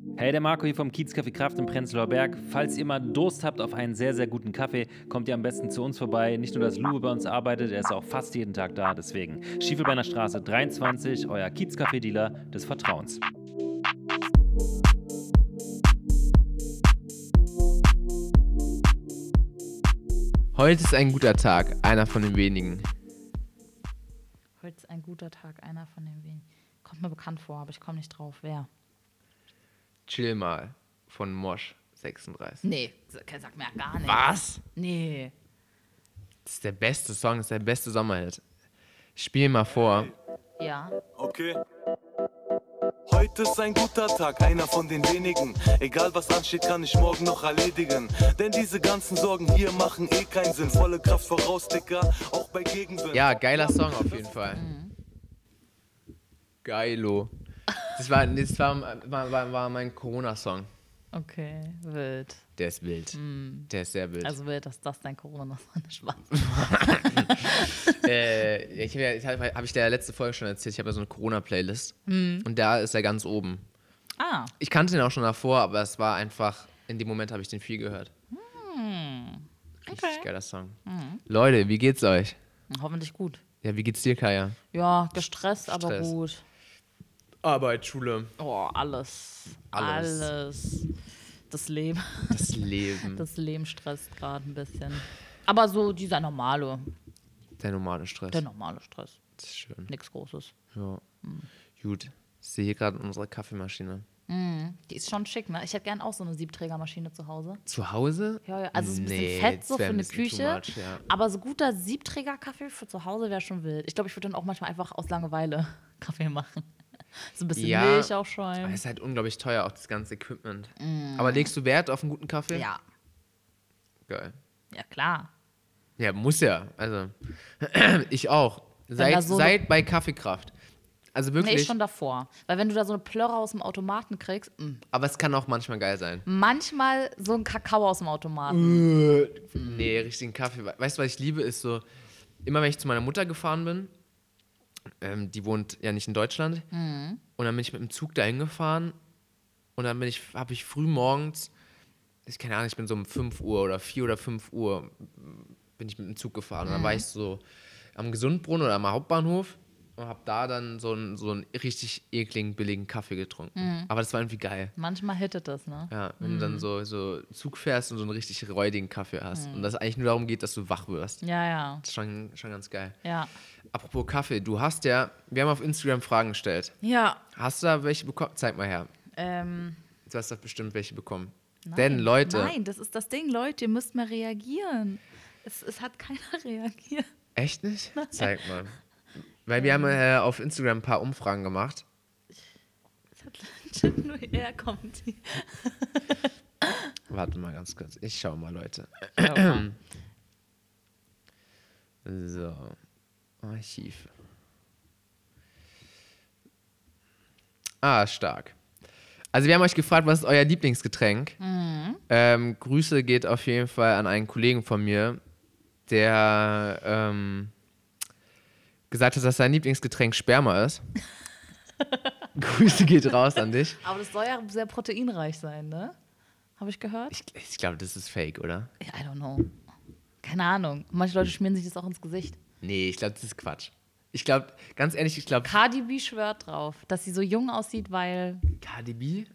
Hey, der Marco hier vom Kiezcafé Kraft im Prenzlauer Berg. Falls ihr mal Durst habt auf einen sehr, sehr guten Kaffee, kommt ihr am besten zu uns vorbei. Nicht nur, dass Lou bei uns arbeitet, er ist auch fast jeden Tag da. Deswegen Schiefelbeiner Straße 23, euer Kiezcafé-Dealer des Vertrauens. Heute ist ein guter Tag, einer von den wenigen. Heute ist ein guter Tag, einer von den wenigen. Kommt mir bekannt vor, aber ich komme nicht drauf. Wer? Chill mal von Mosch 36. Nee, sag mir ja gar nichts. Was? Nee. Das ist der beste Song, das ist der beste Sommerhit. Ich spiel mal vor. Ja. Okay. Heute ist ein guter Tag, einer von den wenigen. Egal was ansteht, kann ich morgen noch erledigen. Denn diese ganzen Sorgen hier machen eh keinen Sinn. Volle Kraft voraus, Dicker, auch bei Gegenwind. Ja, geiler Song auf jeden Fall. Geilo. Das war mein Corona-Song. Okay, wild. Der ist wild. Der ist sehr wild. Also wild, dass das dein Corona ist. Spaß. Habe ich der letzte Folge schon erzählt, ich habe ja so eine Corona-Playlist. Und da ist er ganz oben. Ah. Ich kannte den auch schon davor, aber es war einfach, in dem Moment habe ich den viel gehört. Richtig geiler Song. Leute, wie geht's euch? Hoffentlich gut. Ja, wie geht's dir, Kaya? Ja, gestresst, aber Stress. gut. Arbeit, Schule. Oh, alles. Das Leben. Das Leben. Das Leben stresst gerade ein bisschen. Aber so dieser normale. Der normale Stress. Der normale Stress. Das ist schön. Nichts Großes. Ja. Gut. Ich sehe hier gerade unsere Kaffeemaschine. Die ist schon schick, ne? Ich hätte gern auch so eine Siebträgermaschine zu Hause. Zu Hause? Ja. Also es ist ein bisschen Nee, fett das so wär für ein eine bisschen too Küche. much, ja. Aber so guter Siebträgerkaffee für zu Hause wäre schon wild. Ich glaube, ich würde dann auch manchmal einfach aus Langeweile Kaffee machen. So ein bisschen Milch Aber aufschäumen. es ist halt unglaublich teuer, auch das ganze Equipment. Aber legst du Wert auf einen guten Kaffee? Ja. Geil. Ja, klar. Ja, muss ja. Also, ich auch. da so Seit bei Kaffeekraft. Also wirklich. Nee, schon davor. Weil wenn du da so eine Plörre aus dem Automaten kriegst, Aber es kann auch manchmal geil sein. manchmal so ein Kakao aus dem Automaten. Nee, richtigen Kaffee. Weißt du, was ich liebe, ist so, immer wenn ich zu meiner Mutter gefahren bin, die wohnt ja nicht in Deutschland, und dann bin ich mit dem Zug dahin gefahren und dann habe ich früh morgens, keine Ahnung, ich bin so um 5 Uhr oder 4 oder 5 Uhr bin ich mit dem Zug gefahren. Und dann war ich so am Gesundbrunnen oder am Hauptbahnhof und habe da dann so einen richtig ekligen, billigen Kaffee getrunken. Aber das war irgendwie geil. Manchmal hittet das, ne? Ja, wenn du dann so Zug fährst und so einen richtig räudigen Kaffee hast. Und das eigentlich nur darum geht, dass du wach wirst. Ja. Das ist schon ganz geil. Ja. Apropos Kaffee, wir haben auf Instagram Fragen gestellt. Ja. Hast du da welche bekommen? Zeig mal her. Du hast doch bestimmt welche bekommen. Denn Leute, Nein, das ist das Ding, Leute, ihr müsst mal reagieren. Es hat keiner reagiert. echt nicht? Zeig mal. Weil wir haben auf Instagram ein paar Umfragen gemacht. Es hat legit nur er kommentiert. Warte mal ganz kurz. Ich schau mal, Leute. So. Archiv. Stark. Also wir haben euch gefragt, was ist euer Lieblingsgetränk? Grüße geht auf jeden Fall an einen Kollegen von mir, der gesagt hat, dass sein Lieblingsgetränk Sperma ist. Grüße geht raus an dich. Aber das soll ja sehr proteinreich sein, ne? Habe ich gehört? Ich glaube, das ist fake, oder? I don't know. Keine Ahnung. Manche Leute schmieren sich das auch ins Gesicht. Nee, ich glaube, das ist Quatsch. Ich glaube, ganz ehrlich, Cardi B schwört drauf, dass sie so jung aussieht, weil... Cardi B?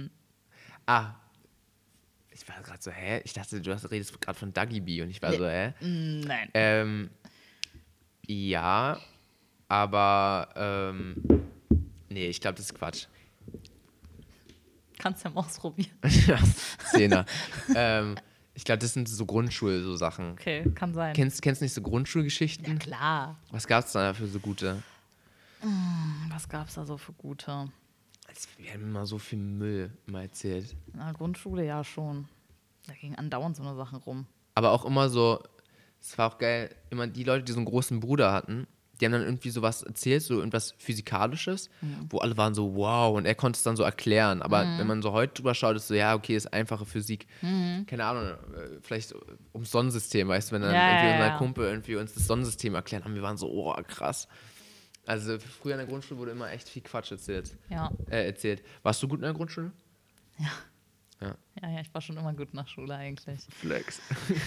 Ich war gerade so, hä? Ich dachte, redest gerade von Dougie B und ich war so, hä? Nein. Ja, aber nee, ich glaube, das ist Quatsch. Kannst ja mal ausprobieren. Ja, Zehner. Ich glaube, das sind so Grundschul-Sachen. Okay, kann sein. Kennst du nicht so Grundschulgeschichten? Ja, klar. Was gab es da für so gute? Was gab's da so für gute? Wir haben immer so viel Müll immer erzählt. In der Grundschule ja schon. Da gingen andauernd so eine Sachen rum. Aber auch immer so, es war auch geil, immer die Leute, die so einen großen Bruder hatten, die haben dann irgendwie sowas erzählt, so irgendwas Physikalisches, wo alle waren so, wow, und er konnte es dann so erklären. Aber wenn man so heute drüber schaut, ist so, ja, okay, ist einfache Physik. Keine Ahnung, vielleicht ums Sonnensystem, weißt du, wenn dann unser Kumpel irgendwie uns das Sonnensystem erklärt haben, wir waren so, oh, krass. Also früher in der Grundschule wurde immer echt viel Quatsch erzählt. Ja. Warst du gut in der Grundschule? Ja, ich war schon immer gut nach Schule eigentlich. Flex.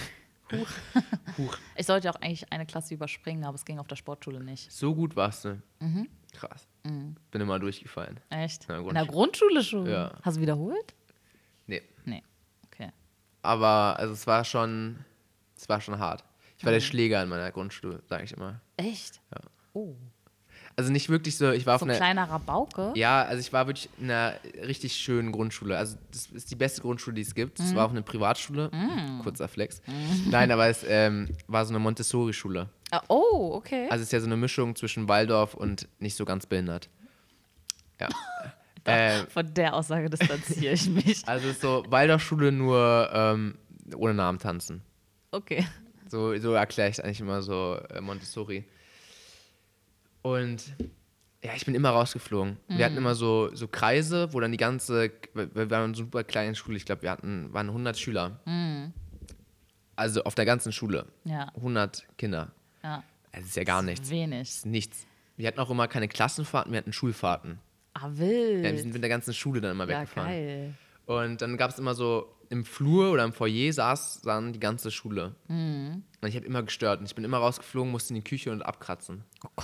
Huch. Ich sollte auch eigentlich eine Klasse überspringen, aber es ging auf der Sportschule nicht. So gut warst du. Krass. Bin immer durchgefallen. Echt? In der In der Grundschule schon? Ja. Hast du wiederholt? Nee. Nee. Okay. Aber also es war schon hart. Ich war der Schläger in meiner Grundschule, sage ich immer. Echt? Ja. Oh. Also nicht wirklich so, ich war So auf ein einer... kleiner Rabauke? Ja, also ich war wirklich in einer richtig schönen Grundschule. Also das ist die beste Grundschule, die es gibt. Das war auch eine Privatschule. Kurzer Flex. Nein, aber es war so eine Montessori-Schule. Oh, okay. Also es ist ja so eine Mischung zwischen Waldorf und nicht so ganz behindert. Ja. Von der Aussage distanziere ich mich. Also es ist so Waldorfschule nur ohne Namen tanzen. Okay. So erkläre ich eigentlich immer so Montessori. Und ja, ich bin immer rausgeflogen. Wir hatten immer so Kreise, wo dann wir waren eine super kleine Schule, ich glaube, waren 100 Schüler. Also auf der ganzen Schule. Ja. 100 Kinder. Ja. Das ist ja gar nichts. Wenig. Das ist nichts. Wir hatten auch immer keine Klassenfahrten, wir hatten Schulfahrten. Wild. Ja, wir sind mit der ganzen Schule dann immer Ja, weggefahren. geil. Und dann gab es immer so, im Flur oder im Foyer saß die ganze Schule. Und ich habe immer gestört. Und ich bin immer rausgeflogen, musste in die Küche und abkratzen. Oh Gott.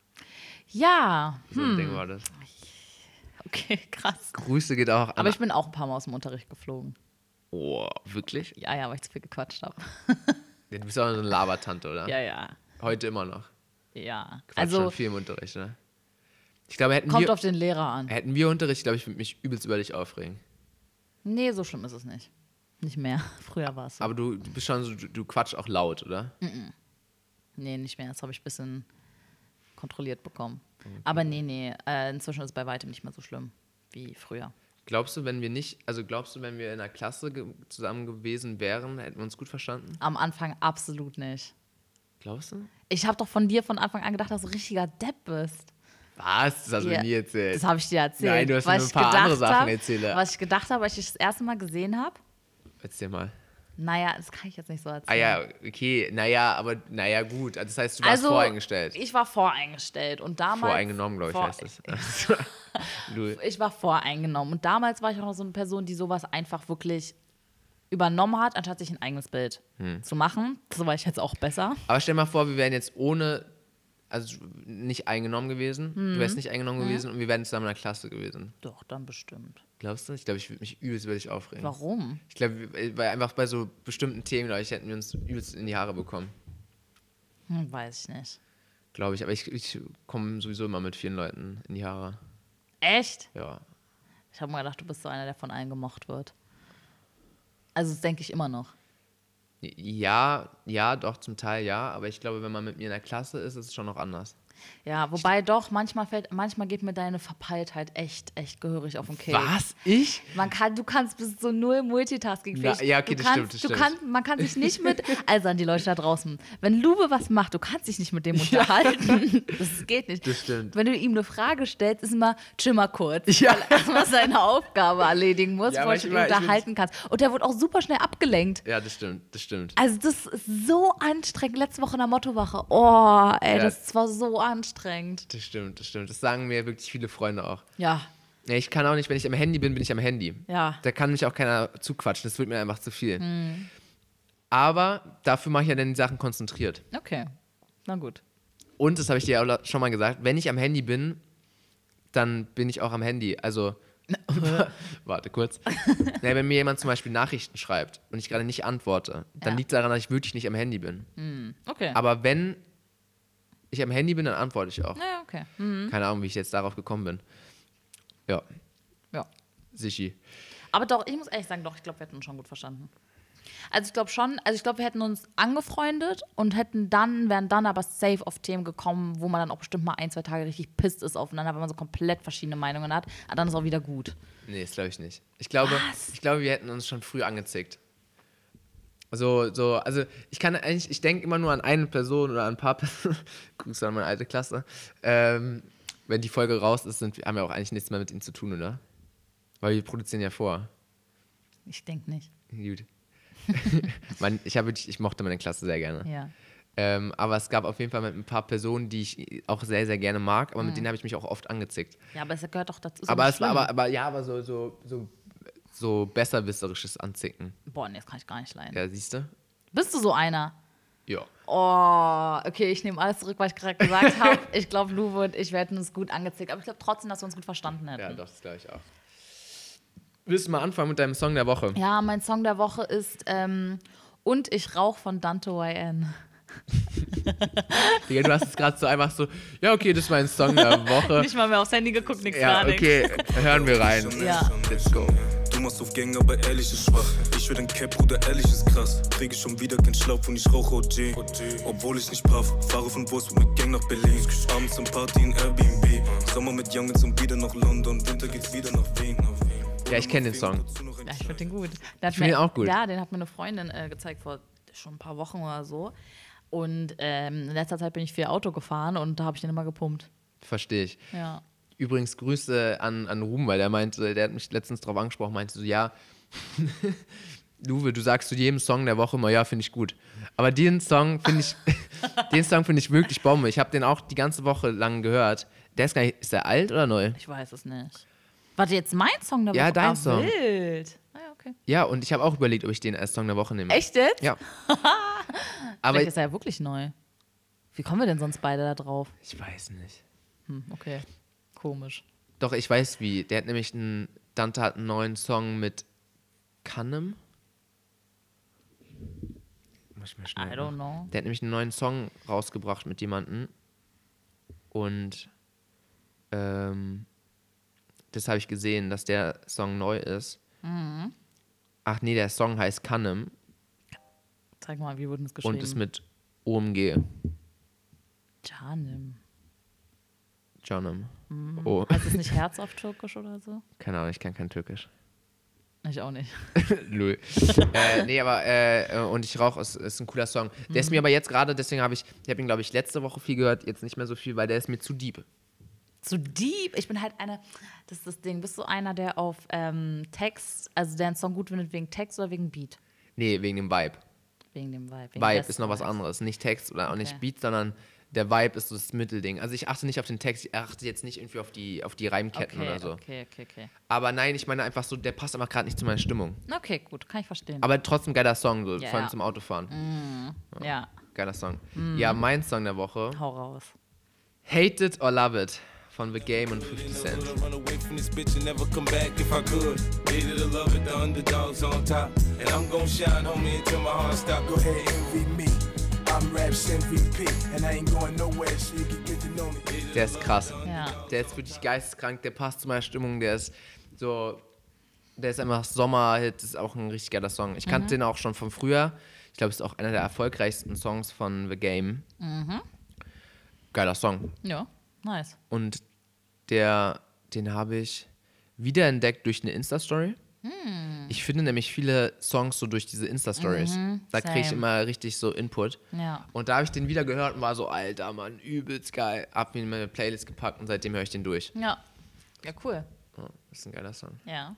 Ja. So ein Ding war das. Okay, krass. Grüße geht auch an. Aber ich bin auch ein paar Mal aus dem Unterricht geflogen. Oh, wirklich? Ja, weil ich zu viel gequatscht habe. Ja, du bist auch so eine Labertante, oder? Ja. Heute immer noch. Ja. Quatsch Also, schon viel im Unterricht, ne? Ich glaube, kommt auf den Lehrer an. hätten wir Unterricht, glaube ich, würde mich übelst über dich aufregen. Nee, so schlimm ist es nicht. Nicht mehr. Früher war es so. Aber du bist schon so, du quatsch auch laut, oder? Nee, nicht mehr. Das habe ich ein bisschen kontrolliert bekommen. Aber nee. Inzwischen ist es bei weitem nicht mehr so schlimm wie früher. Glaubst du, wenn wir in einer Klasse zusammen gewesen wären, hätten wir uns gut verstanden? Am Anfang absolut nicht. Glaubst du? Ich habe doch von dir von Anfang an gedacht, dass du ein richtiger Depp bist. Was? Das hast du mir nie erzählt. Das habe ich dir erzählt. Nein, du hast mir Was ein ich paar andere gedacht Sachen hab, erzählt. Was ich gedacht habe, als ich das erste Mal gesehen habe. Erzähl mal. Naja, das kann ich jetzt nicht so erzählen. Ah ja, okay. Naja, gut. Das heißt, du warst voreingestellt. Ich war voreingestellt. Und damals, Voreingenommen, glaube ich, heißt das. Ich war voreingenommen. Und damals war ich auch noch so eine Person, die sowas einfach wirklich übernommen hat, anstatt sich ein eigenes Bild zu machen. So war ich jetzt auch besser. Aber stell mal vor, wir wären jetzt also nicht eingenommen gewesen. Du wärst nicht eingenommen gewesen und wir wären zusammen in der Klasse gewesen. Doch, dann bestimmt. Glaubst du? Ich glaube, ich würde mich übelst über dich aufregen. Warum? Ich glaube, weil einfach bei so bestimmten Themen, glaube ich, hätten wir uns übelst in die Haare bekommen. Weiß ich nicht. Glaube ich. Aber ich komme sowieso immer mit vielen Leuten in die Haare. Echt? Ja. Ich habe mal gedacht, du bist so einer, der von allen gemocht wird. Also das denke ich immer noch. Ja, doch, zum Teil ja. Aber ich glaube, wenn man mit mir in der Klasse ist, ist es schon noch anders. Ja, wobei doch, manchmal geht mir deine Verpeiltheit echt gehörig auf den Keks. Was? Ich? Du kannst bis so null multitaskingfähig. Ja, okay, das stimmt. Man kann sich nicht also an die Leute da draußen, wenn Lube was macht, du kannst dich nicht mit dem unterhalten. Das geht nicht. Das stimmt. Wenn du ihm eine Frage stellst, ist immer, chill mal kurz, Ja. weil er erstmal seine Aufgabe erledigen muss, Ja, bevor du dich unterhalten kannst. Und der wird auch super schnell abgelenkt. Ja, das stimmt. Also das ist so anstrengend. Letzte Woche in der Mottowache. Oh, ey, Ja. das war so anstrengend. Das stimmt. Das sagen mir wirklich viele Freunde auch. Ja, Ja, ich kann auch nicht, wenn ich am Handy bin ich am Handy. ja. Da kann mich auch keiner zuquatschen. Das wird mir einfach zu viel. Aber dafür mache ich ja dann die Sachen konzentriert. Okay, na gut. Und, das habe ich dir auch schon mal gesagt, wenn ich am Handy bin, dann bin ich auch am Handy. Also, warte kurz. Ja, wenn mir jemand zum Beispiel Nachrichten schreibt und ich gerade nicht antworte, dann Ja. liegt es daran, dass ich wirklich nicht am Handy bin. Okay. Aber wenn ich am Handy bin, dann antworte ich auch. Ja, okay. Keine Ahnung, wie ich jetzt darauf gekommen bin. Ja, Ja. sichi. Aber doch, ich muss ehrlich sagen, doch, ich glaube, wir hätten uns schon gut verstanden. Also ich glaube schon, wir hätten uns angefreundet und wären dann aber safe auf Themen gekommen, wo man dann auch bestimmt mal 1-2 Tage richtig pisst ist aufeinander, weil man so komplett verschiedene Meinungen hat. Aber dann ist auch wieder gut. Nee, das glaube ich nicht. Ich glaube, wir hätten uns schon früh angezickt. Also ich denke immer nur an eine Person oder an ein paar Personen. Grüße an meine alte Klasse. Wenn die Folge raus ist, haben wir auch eigentlich nichts mehr mit ihnen zu tun, oder? Weil wir produzieren ja vor. Ich denke nicht. Gut. Ich mochte meine Klasse sehr gerne. Ja. Aber es gab auf jeden Fall mit ein paar Personen, die ich auch sehr, sehr gerne mag, aber mit denen habe ich mich auch oft angezickt. Ja, aber es gehört doch dazu. Aber so so besserwisserisches Anzicken. Boah, nee, das kann ich gar nicht leiden. Ja, siehst du? Bist du so einer? Ja. Oh, okay, ich nehme alles zurück, was ich gerade gesagt habe. Ich glaube, Luwe und ich, wir hätten uns gut angezickt. Aber ich glaube trotzdem, dass wir uns gut verstanden hätten. Ja, doch, das glaube ich auch. Willst du mal anfangen mit deinem Song der Woche? Ja, mein Song der Woche ist Und ich rauch von Dante YN. Digga, du hast es gerade so einfach so, ja, okay, das ist mein Song der Woche. Nicht mal mehr aufs Handy geguckt, nichts Ja, gar nichts. okay, hören wir rein. Ja. Let's go. Du machst auf Gang, aber ehrlich ist schwach. Ich will den Cap, Bruder, ehrlich ist krass. Kriege schon wieder keinen Schlauch und ich rauche OG. Obwohl ich nicht puff, fahre von Wolfsburg mit Gang nach Berlin. Abends zum Party in Airbnb. Sommer mit Youngins und wieder nach London. Winter geht's wieder nach Wien. Ja, ich kenne den Song. Ja, ich finde den gut. Ich finde ihn auch gut. Ja, den hat mir eine Freundin gezeigt vor schon ein paar Wochen oder so. Und in letzter Zeit bin ich viel Auto gefahren und da habe ich den immer gepumpt. Verstehe ich. Ja. Übrigens Grüße an Ruben, weil der hat mich letztens drauf angesprochen, meinte so, ja, Luwe, du sagst zu jedem Song der Woche immer, ja, finde ich gut. Aber den Song finde ich wirklich Bombe. Ich habe den auch die ganze Woche lang gehört. Der ist gar nicht, ist der alt oder neu? Ich weiß es nicht. Warte, jetzt mein Song der Woche? Ja, dein Song. Wild. Ah, ja, okay. Ja, und ich habe auch überlegt, ob ich den als Song der Woche nehme. Echt jetzt? Ja. Aber Vielleicht ist er ja wirklich neu. Wie kommen wir denn sonst beide da drauf? ich weiß nicht. Okay. Komisch. Doch, ich weiß wie. Dante hat einen neuen Song mit Canem. Muss ich mal schnell I don't know. Der hat nämlich einen neuen Song rausgebracht mit jemandem. Und das habe ich gesehen, dass der Song neu ist. Mhm. Ach nee, der Song heißt Canem Zeig mal, wie wurde das geschrieben? und ist mit OMG. Canem. Canem. Oh, Heißt es nicht Herz auf Türkisch oder so? keine Ahnung, ich kann kein Türkisch. Ich auch nicht. Lul. Nee, aber und ich rauche, ist ein cooler Song. Der ist mir aber jetzt gerade, deswegen habe ich ihn, glaube ich, letzte Woche viel gehört, jetzt nicht mehr so viel, weil der ist mir zu deep. Zu deep. Ich bin halt das ist das Ding. Bist du einer, der auf Text, also der einen Song gut findet wegen Text oder wegen Beat? Nee, wegen dem Vibe. Wegen dem Vibe. Wegen Vibe des ist noch was Vibes. anderes. Nicht Text oder auch nicht Okay. Beat, sondern der Vibe ist so das Mittelding. Also ich achte nicht auf den Text, ich achte jetzt nicht irgendwie auf die Reimketten Okay, oder so. okay. Aber nein, ich meine einfach so, der passt einfach gerade nicht zu meiner Stimmung. Okay, gut, kann ich verstehen. Aber trotzdem geiler Song, so, Ja, vor allem ja. zum Autofahren. Ja, Geiler Song. Ja, mein Song der Woche. hau raus. Hate It or Love It von The Game und 50 Cent. Run away from this bitch and never come back if I could. Hate it or love it, the underdog's on top. And I'm gon' shine, homie, until my heart stop. Go ahead, envy me. I'm Raps MVP, and I ain't going nowhere, so you can get to know me. Der ist krass. Ja. Der ist wirklich geisteskrank, der passt zu meiner Stimmung, der ist einfach Sommerhit, ist auch ein richtig geiler Song. Ich kannte den auch schon von früher. Ich glaube, es ist auch einer der erfolgreichsten Songs von The Game. Geiler Song. Ja, nice. Und den habe ich wiederentdeckt durch eine Insta-Story. Ich finde nämlich viele Songs so durch diese Insta-Stories. Da kriege ich same. immer richtig so Input. Ja. Und da habe ich den wieder gehört und war so, Alter, Mann, übelst geil. Hab ihn in meine Playlist gepackt und seitdem höre ich den durch. Ja. Ja, cool. Ja, das ist ein geiler Song. Ja.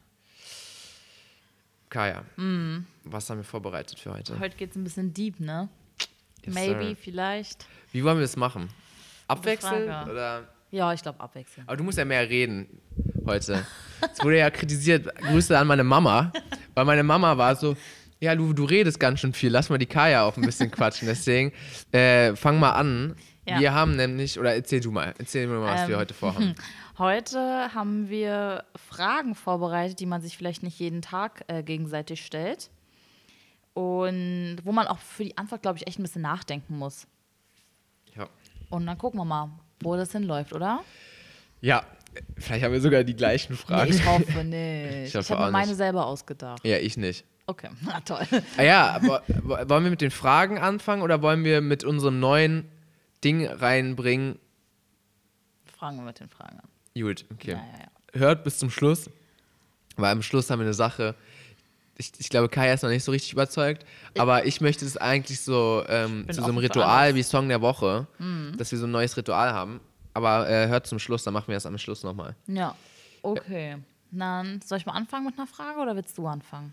Kaya, was haben wir vorbereitet für heute? Heute geht's ein bisschen deep, ne? Yes, Maybe, sir. vielleicht. Wie wollen wir das machen? Abwechseln? Frage. Oder? Ja, ich glaube abwechseln. Aber du musst ja mehr reden heute. Es wurde ja kritisiert, Grüße an meine Mama, weil meine Mama war so, ja, du redest ganz schön viel, lass mal die Kaya auch ein bisschen quatschen. Deswegen fang mal an. Ja. Wir haben nämlich, oder erzähl mir mal, was wir heute vorhaben. Heute haben wir Fragen vorbereitet, die man sich vielleicht nicht jeden Tag gegenseitig stellt. Und wo man auch für die Antwort, glaube ich, echt ein bisschen nachdenken muss. Ja. Und dann gucken wir mal, wo das hinläuft, oder? Ja, vielleicht haben wir sogar die gleichen Fragen. Nee, ich hoffe nicht. Ich hoffe habe auch mir meine nicht. selber ausgedacht. Ja, ich nicht. Okay, na toll. Ah ja, aber wollen wir mit den Fragen anfangen oder wollen wir mit unserem neuen Ding reinbringen? Fragen wir mit den Fragen an. Gut, okay. Ja. Hört bis zum Schluss, weil am Schluss haben wir eine Sache. Ich glaube, Kaya ist noch nicht so richtig überzeugt, aber ich möchte es eigentlich so zu so einem offen für Ritual alles. wie Song der Woche, dass wir so ein neues Ritual haben. Aber hört zum Schluss, dann machen wir das am Schluss nochmal. Ja, okay. Dann soll ich mal anfangen mit einer Frage oder willst du anfangen?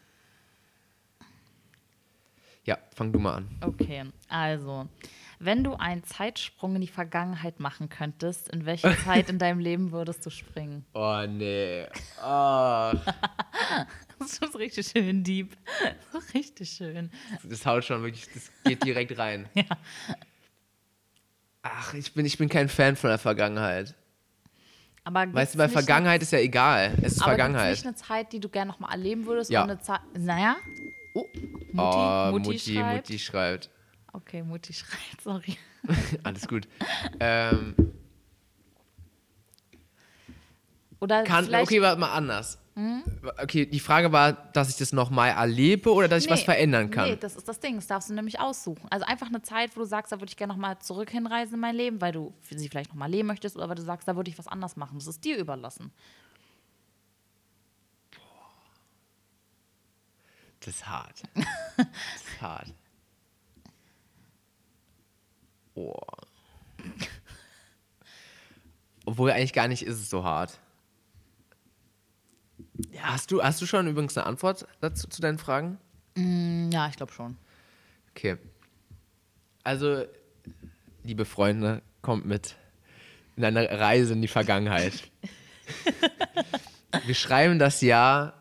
Ja, fang du mal an. Okay, also, wenn du einen Zeitsprung in die Vergangenheit machen könntest, in welche Zeit in deinem Leben würdest du springen? Oh, nee. Oh. Das Das ist richtig schön deep. So richtig schön. Das haut schon wirklich, das geht direkt rein. Ja. Ach, ich bin kein Fan von der Vergangenheit. Aber Weißt du, bei Vergangenheit ist ja egal. Es ist aber Vergangenheit. gibt's nicht eine Zeit, die du gerne nochmal erleben würdest? Ja. Und eine Zeit, naja. Oh, Mutti schreibt. Okay, Mutti schreibt, sorry. Alles gut. Oder vielleicht, Okay, warte mal anders. Okay, die Frage war, dass ich das nochmal erlebe oder dass ich was verändern kann. Nee, das ist das Ding. Das darfst du nämlich aussuchen. Also einfach eine Zeit, wo du sagst, da würde ich gerne nochmal zurück hinreisen in mein Leben, weil du sie vielleicht nochmal leben möchtest oder weil du sagst, da würde ich was anders machen. Das ist dir überlassen. Das ist hart. Das ist hart. Oh. Obwohl eigentlich gar nicht ist es so hart. Ja. Hast du schon übrigens eine Antwort dazu zu deinen Fragen? Ja, ich glaube schon. Okay. Also, liebe Freunde, kommt mit in eine Reise in die Vergangenheit. Wir schreiben das Jahr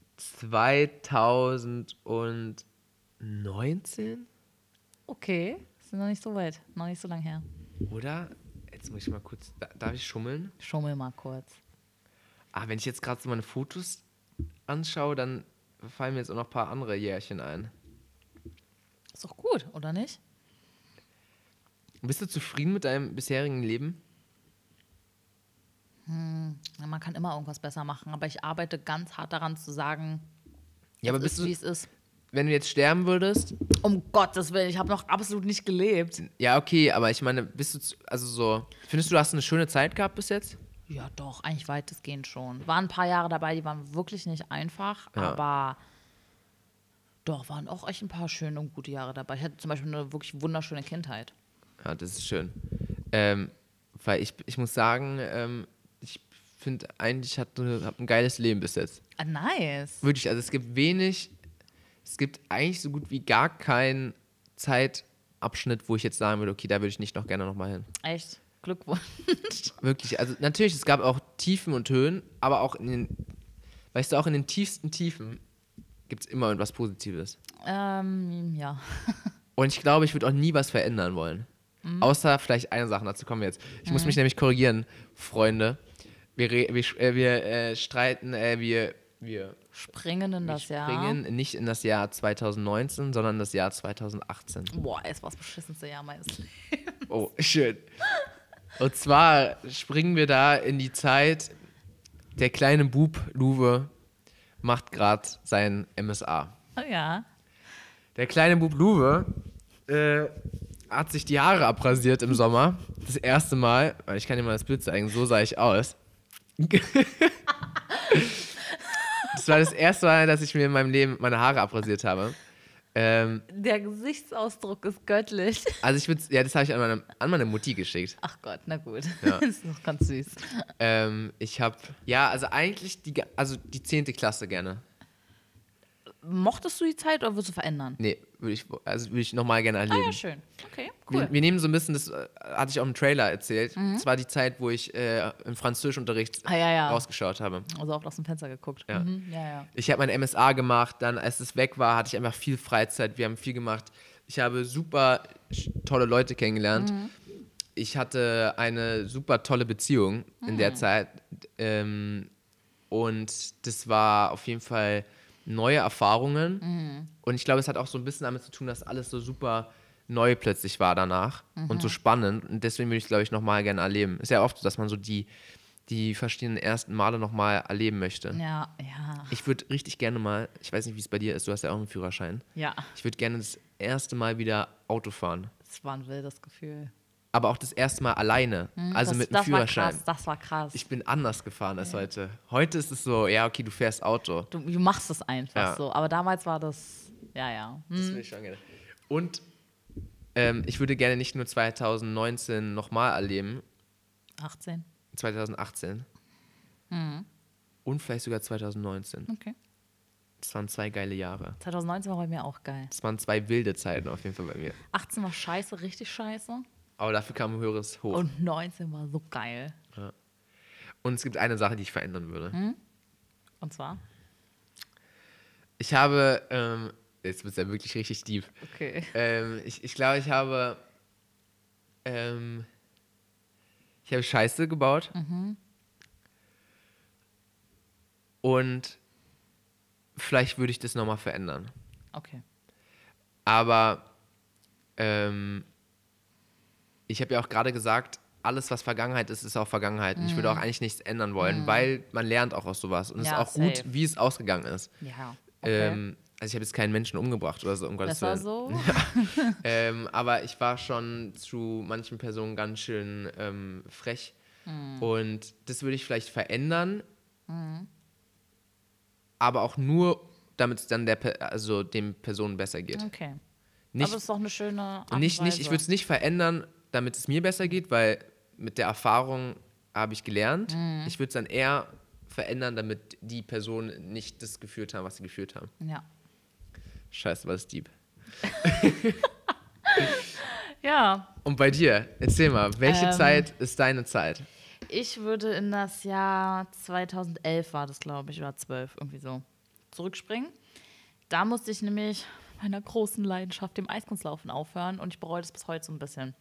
2019, Okay, ist noch nicht so weit, noch nicht so lang her. oder? Jetzt muss ich mal kurz, darf ich schummeln? Schummel mal kurz. Wenn ich jetzt gerade so meine Fotos anschaue, dann fallen mir jetzt auch noch ein paar andere Jährchen ein. Ist doch gut, oder nicht? Bist du zufrieden mit deinem bisherigen Leben? Ja, man kann immer irgendwas besser machen, aber ich arbeite ganz hart daran zu sagen, Ja, aber es ist, wie es ist. wenn du jetzt sterben würdest, Um Gottes Willen, ich habe noch absolut nicht gelebt. ja, okay, aber ich meine, findest du, du hast eine schöne Zeit gehabt bis jetzt? Ja, doch, eigentlich weitestgehend schon. Waren ein paar Jahre dabei, die waren wirklich nicht einfach, Ja. aber doch, waren auch echt ein paar schöne und gute Jahre dabei. Ich hatte zum Beispiel eine wirklich wunderschöne Kindheit. Ja, das ist schön. Weil ich muss sagen, ich finde eigentlich, ich habe ein geiles Leben bis jetzt. Ah, nice. Wirklich, also es gibt eigentlich so gut wie gar keinen Zeitabschnitt, wo ich jetzt sagen würde, okay, da würde ich nicht noch gerne nochmal hin. Echt, Glückwunsch. Wirklich, also natürlich, es gab auch Tiefen und Höhen, aber auch weißt du, auch in den tiefsten Tiefen gibt es immer etwas Positives. Ja. Und ich glaube, ich würde auch nie was verändern wollen. Außer vielleicht eine Sache, dazu kommen wir jetzt. Ich muss mich nämlich korrigieren, Freunde. Wir streiten, wir Springen in das Jahr. springen nicht in das Jahr 2019, sondern in das Jahr 2018. Boah, es war das beschissenste Jahr meines Lebens. Oh, schön. Und zwar springen wir da in die Zeit, der kleine Bub Luwe macht gerade sein MSA. Oh ja. Der kleine Bub Luwe hat sich die Haare abrasiert im Sommer. Das erste Mal. Ich kann dir mal das Bild zeigen, so sah ich aus. Das war das erste Mal, dass ich mir in meinem Leben meine Haare abrasiert habe. Der Gesichtsausdruck ist göttlich. Also das habe ich an meine Mutti geschickt. Ach Gott, na gut. Ja. Das ist noch ganz süß. Ich habe, also eigentlich die 10. Klasse gerne. Mochtest du die Zeit oder würdest du verändern? Nee, würde ich nochmal gerne erleben. Ah ja, schön. Okay, cool. Wir nehmen so ein bisschen, das hatte ich auch im Trailer erzählt, das war die Zeit, wo ich im Französischunterricht Ja. rausgeschaut habe. Also oft aus dem Fenster geguckt. Ja. Ja. Ich habe mein MSA gemacht, dann als es weg war, hatte ich einfach viel Freizeit, wir haben viel gemacht. Ich habe super tolle Leute kennengelernt. Ich hatte eine super tolle Beziehung in der Zeit und das war auf jeden Fall neue Erfahrungen und ich glaube, es hat auch so ein bisschen damit zu tun, dass alles so super neu plötzlich war danach und so spannend und deswegen würde ich es, glaube ich, nochmal gerne erleben. Ist ja oft so, dass man so die verschiedenen ersten Male nochmal erleben möchte. Ja. Ich würde richtig gerne mal, ich weiß nicht, wie es bei dir ist, du hast ja auch einen Führerschein. Ja. Ich würde gerne das erste Mal wieder Auto fahren. Das war ein wildes Gefühl. Aber auch das erste Mal alleine, also mit einem das Führerschein. Das war krass. Ich bin anders gefahren als heute. Heute ist es so, ja, okay, du fährst Auto. Du machst es einfach Ja. so. Aber damals war das, ja. Das will ich schon gerne. Und ich würde gerne nicht nur 2019 nochmal erleben, 18. 2018 und vielleicht sogar 2019. Okay. Das waren 2 geile Jahre. 2019 war bei mir auch geil. Das waren 2 wilde Zeiten auf jeden Fall bei mir. 18 war scheiße, richtig scheiße. Aber dafür kam ein höheres Hoch. Und 19 war so geil. Und es gibt eine Sache, die ich verändern würde. Und zwar? Ich habe, jetzt wird es ja wirklich richtig deep. Okay. Ich glaube, ich habe Scheiße gebaut. Und vielleicht würde ich das nochmal verändern. Okay. Aber ich habe ja auch gerade gesagt, alles, was Vergangenheit ist, ist auch Vergangenheit. Und ich würde auch eigentlich nichts ändern wollen, weil man lernt auch aus sowas. Und es ist Ja, auch gut, safe. wie es ausgegangen ist. Ja. Okay. Also ich habe jetzt keinen Menschen umgebracht oder so, um Gottes Das war Willen. so. Aber ich war schon zu manchen Personen ganz schön frech. Und das würde ich vielleicht verändern. Aber auch nur, damit es dann dem Personen besser geht. Okay. Nicht, Aber es ist doch eine schöne Art und ich Weise. würde es nicht verändern, damit es mir besser geht, weil mit der Erfahrung habe ich gelernt. Ich würde es dann eher verändern, damit die Personen nicht das gefühlt haben, was sie gefühlt haben. Ja. Scheiße, was ist deep. Ja. Und bei dir, erzähl mal, welche Zeit ist deine Zeit? Ich würde in das Jahr 2011 war das, glaube ich, oder 12, irgendwie so, zurückspringen. Da musste ich nämlich meiner großen Leidenschaft, dem Eiskunstlaufen, aufhören und ich bereue das bis heute so ein bisschen.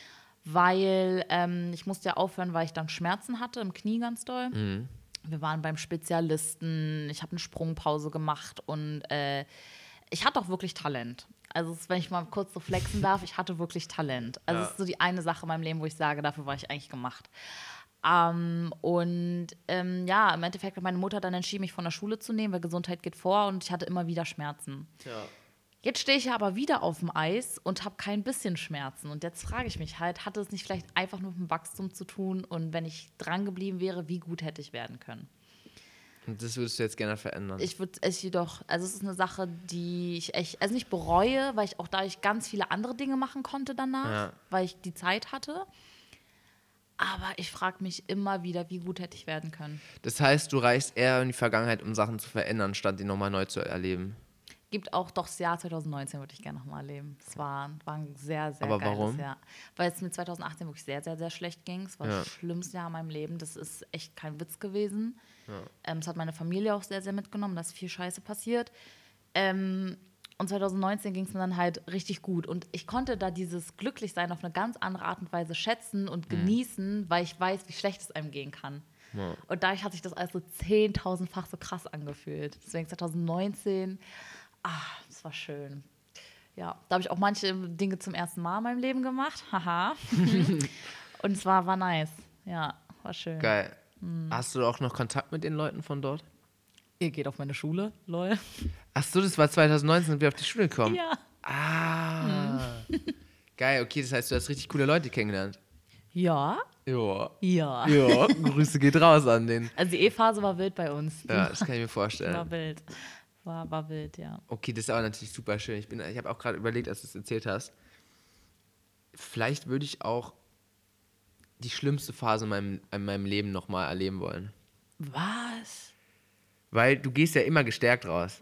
Weil ich musste ja aufhören, weil ich dann Schmerzen hatte im Knie ganz doll. Wir waren beim Spezialisten, ich habe eine Sprungpause gemacht und ich hatte auch wirklich Talent. Also wenn ich mal kurz so flexen darf, ich hatte wirklich Talent. Also es ist so die eine Sache in meinem Leben, wo ich sage, dafür war ich eigentlich gemacht. Ja, im Endeffekt hat meine Mutter dann entschieden, mich von der Schule zu nehmen, weil Gesundheit geht vor und ich hatte immer wieder Schmerzen. Ja. Jetzt stehe ich ja aber wieder auf dem Eis und habe kein bisschen Schmerzen. Und jetzt frage ich mich halt, hatte es nicht vielleicht einfach nur mit dem Wachstum zu tun? Und wenn ich dran geblieben wäre, wie gut hätte ich werden können? Und das würdest du jetzt gerne verändern? Ich würde es jedoch, also es ist eine Sache, die ich echt, also nicht bereue, weil ich auch dadurch ganz viele andere Dinge machen konnte danach, weil ich die Zeit hatte. Aber ich frage mich immer wieder, wie gut hätte ich werden können. Das heißt, du reist eher in die Vergangenheit, um Sachen zu verändern, statt die nochmal neu zu erleben. Gibt auch doch das Jahr 2019 würde ich gerne nochmal erleben. Es war ein sehr, sehr Aber geiles warum? Jahr. Weil es mir 2018 wirklich sehr, sehr, sehr schlecht ging. Es war das schlimmste Jahr in meinem Leben. Das ist echt kein Witz gewesen. Es hat meine Familie auch sehr, sehr mitgenommen. Da ist viel Scheiße passiert. Und 2019 ging es mir dann halt richtig gut. Und ich konnte da dieses Glücklichsein auf eine ganz andere Art und Weise schätzen und genießen, weil ich weiß, wie schlecht es einem gehen kann. Ja. Und dadurch hat sich das also 10.000-fach so krass angefühlt. Deswegen 2019... das war schön. Ja, da habe ich auch manche Dinge zum ersten Mal in meinem Leben gemacht. Haha. Und es war nice. Ja, war schön. Geil. Hast du auch noch Kontakt mit den Leuten von dort? Ihr geht auf meine Schule, lol. Ach so, das war 2019, sind wir auf die Schule gekommen? Ja. Geil, okay, das heißt, du hast richtig coole Leute kennengelernt. Ja. Ja. Ja. Ja, Grüße geht raus an den. Also die E-Phase war wild bei uns. Ja, das kann ich mir vorstellen. War wild. War wild, ja. Okay, das ist aber natürlich super schön. Ich habe auch gerade überlegt, als du es erzählt hast, vielleicht würde ich auch die schlimmste Phase in meinem Leben nochmal erleben wollen. Was? Weil du gehst ja immer gestärkt raus.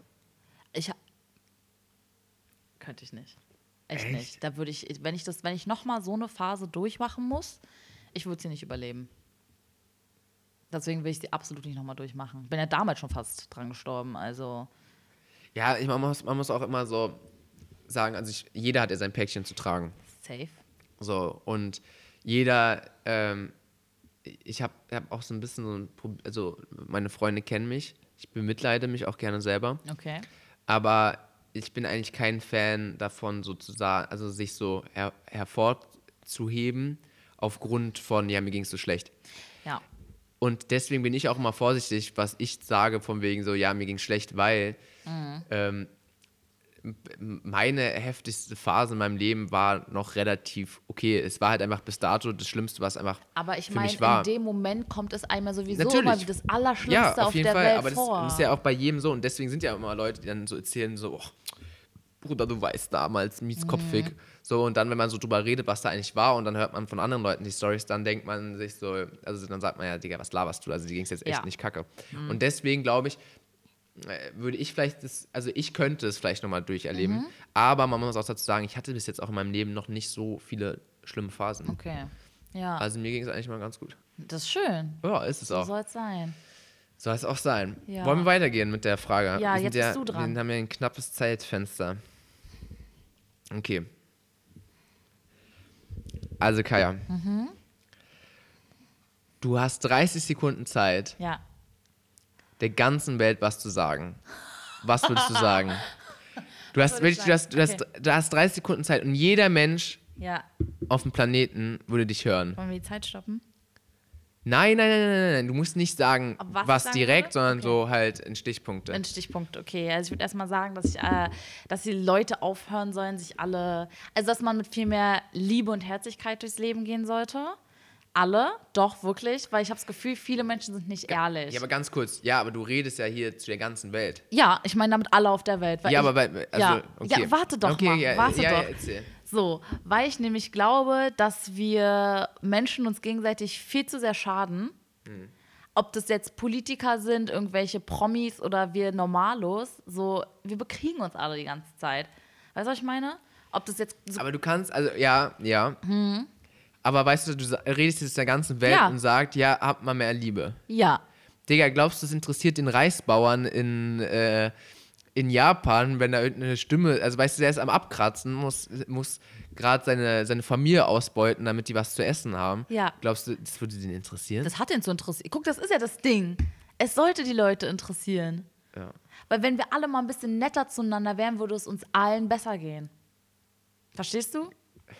Könnte ich nicht. Echt nicht. Da würde ich, wenn ich nochmal so eine Phase durchmachen muss, ich würde sie nicht überleben. Deswegen will ich sie absolut nicht nochmal durchmachen. Bin ja damals schon fast dran gestorben, also... Ja, man muss auch immer so sagen, also jeder hat ja sein Päckchen zu tragen. Safe. So, und jeder, ich hab auch so ein bisschen so ein Problem, also meine Freunde kennen mich, ich bemitleide mich auch gerne selber. Okay. Aber ich bin eigentlich kein Fan davon, sozusagen, also sich so hervorzuheben aufgrund von, ja, mir ging es so schlecht. Ja. Und deswegen bin ich auch immer vorsichtig, was ich sage, von wegen so, ja, mir ging es schlecht, weil meine heftigste Phase in meinem Leben war noch relativ okay. Es war halt einfach bis dato das Schlimmste, was einfach Aber ich für meine, mich war. in dem Moment kommt es einmal sowieso Natürlich. immer wie das Allerschlimmste Ja, auf auf jeden der Fall, Welt aber vor. das ist ja auch bei jedem so. Und deswegen sind ja immer Leute, die dann so erzählen, so, oh, Bruder, du weißt damals, mieskopfig. So, und dann, wenn man so drüber redet, was da eigentlich war, und dann hört man von anderen Leuten die Storys, dann denkt man sich so, also dann sagt man ja, Digga, was laberst du? Also die ging es jetzt echt nicht kacke. Und deswegen glaube ich, würde ich vielleicht ich könnte es vielleicht nochmal durcherleben, aber man muss auch dazu sagen, ich hatte bis jetzt auch in meinem Leben noch nicht so viele schlimme Phasen. Okay. Ja. Also mir ging es eigentlich mal ganz gut. Das ist schön. Ja, ist es So auch. soll es sein. Soll es auch sein. Ja. Wollen wir weitergehen mit der Frage? Ja, Wir sind jetzt bist du dran. Wir haben ja ein knappes Zeitfenster. Okay. Also Kaya, du hast 30 Sekunden Zeit, Ja. der ganzen Welt was zu sagen. Was würdest du sagen? Du hast würde ich sagen? du hast 30 Sekunden Zeit und jeder Mensch Ja. auf dem Planeten würde dich hören. Wollen wir die Zeit stoppen? Nein. Du musst nicht sagen, Aber was was ich sagen direkt, würde? sondern Okay. so halt in Stichpunkte. Ein Stichpunkt, okay. Also ich würde erstmal sagen, dass die Leute aufhören sollen, also dass man mit viel mehr Liebe und Herzlichkeit durchs Leben gehen sollte. Alle, doch, wirklich, weil ich habe das Gefühl, viele Menschen sind nicht ehrlich. Ja, aber ganz kurz. Ja, aber du redest ja hier zu der ganzen Welt. Ja, ich meine damit alle auf der Welt. Weil Ja, ich, aber ja, okay. ja, warte doch Okay, mal, ja, warte ja, doch. Ja, erzähl. So, weil ich nämlich glaube, dass wir Menschen uns gegenseitig viel zu sehr schaden. Ob das jetzt Politiker sind, irgendwelche Promis oder wir Normalos, so, wir bekriegen uns alle die ganze Zeit. Weißt du, was ich meine? Ob das jetzt so, Aber du kannst, also ja. Aber weißt du, du redest jetzt der ganzen Welt Ja. und sagst, ja, habt mal mehr Liebe. ja. Digga, glaubst du, das interessiert den Reisbauern in Japan, wenn da irgendeine Stimme, also weißt du, der ist am Abkratzen, muss gerade seine Familie ausbeuten, damit die was zu essen haben. Ja. Glaubst du, das würde den interessieren? Das hat ihn zu interessieren. Guck, das ist ja das Ding. Es sollte die Leute interessieren. Ja. Weil wenn wir alle mal ein bisschen netter zueinander wären, würde es uns allen besser gehen. Verstehst du?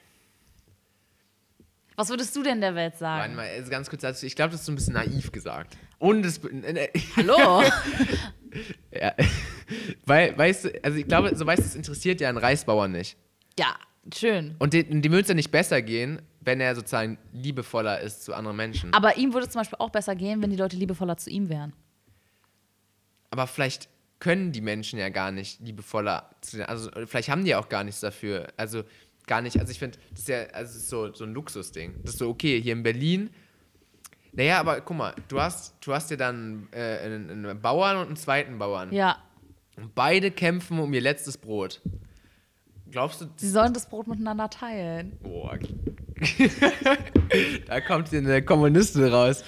Was würdest du denn der Welt Warte sagen? mal, also ganz kurz dazu, ich glaube, das ist so ein bisschen naiv gesagt. Und es. Hallo? Ja. Weil, weißt du, also ich glaube, so weißt du, es interessiert ja einen Reisbauer nicht. Ja, schön. Und dem würde es ja nicht besser gehen, wenn er sozusagen liebevoller ist zu anderen Menschen. Aber ihm würde es zum Beispiel auch besser gehen, wenn die Leute liebevoller zu ihm wären. Aber vielleicht können die Menschen ja gar nicht liebevoller zu den, also vielleicht haben die ja auch gar nichts dafür. Also gar nicht, also ich finde, das ist ja also es ist so ein Luxusding. Das ist so, okay, hier in Berlin, naja, aber guck mal, du hast ja dann einen Bauern und einen zweiten Bauern. Ja. Und beide kämpfen um ihr letztes Brot. Glaubst du, Sie sollen das Brot miteinander teilen. boah, da kommt hier eine Kommunistin raus.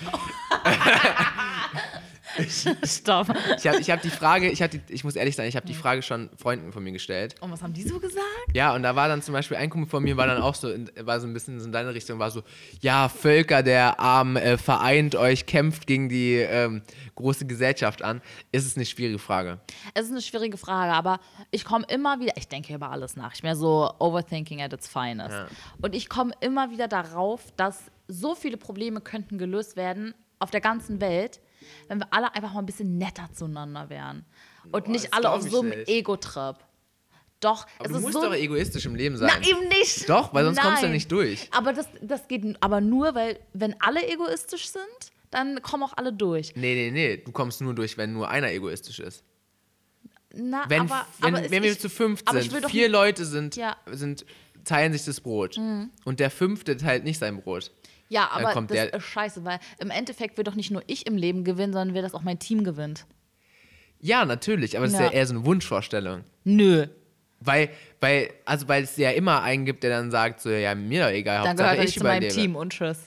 Stopp. Ich hab die Frage, ich muss ehrlich sein, ich habe die Frage schon Freunden von mir gestellt. Und was haben die so gesagt? Ja, und da war dann zum Beispiel ein Kumpel von mir, war dann auch so, war so ein bisschen in deine Richtung, war so, ja, Völker der Armen, vereint euch, kämpft gegen die große Gesellschaft an. Ist es eine schwierige Frage? Es ist eine schwierige Frage, aber ich komme immer wieder, ich denke über alles nach. Ich bin ja so overthinking at its finest. Ja. Und ich komme immer wieder darauf, dass so viele Probleme könnten gelöst werden auf der ganzen Welt, wenn wir alle einfach mal ein bisschen netter zueinander wären. Und Boah, nicht das alle glaub auf ich so einem nicht. Ego-Trip. Doch, Aber es du ist musst so. doch egoistisch im Leben sein. Na, eben nicht. Doch, weil sonst kommst du ja Nein. nicht durch. Aber das geht aber nur, weil, wenn alle egoistisch sind, dann kommen auch alle durch. Nee, du kommst nur durch, wenn nur einer egoistisch ist. Na, Wenn wir ich- zu 5 aber ich sind, will doch 4 nicht- Leute sind, Ja. teilen sich das Brot. Und der 5. teilt nicht sein Brot. Ja, Dann aber kommt das der- ist scheiße, weil im Endeffekt wird doch nicht nur ich im Leben gewinnen, sondern wird das auch mein Team gewinnt. Ja, natürlich, aber das ist Ja. ja eher so eine Wunschvorstellung. Nö. Weil es ja immer einen gibt, der dann sagt, so, ja, mir doch egal, Dann Hauptsache gehört er ich nicht zu meinem überlebe. Team und tschüss.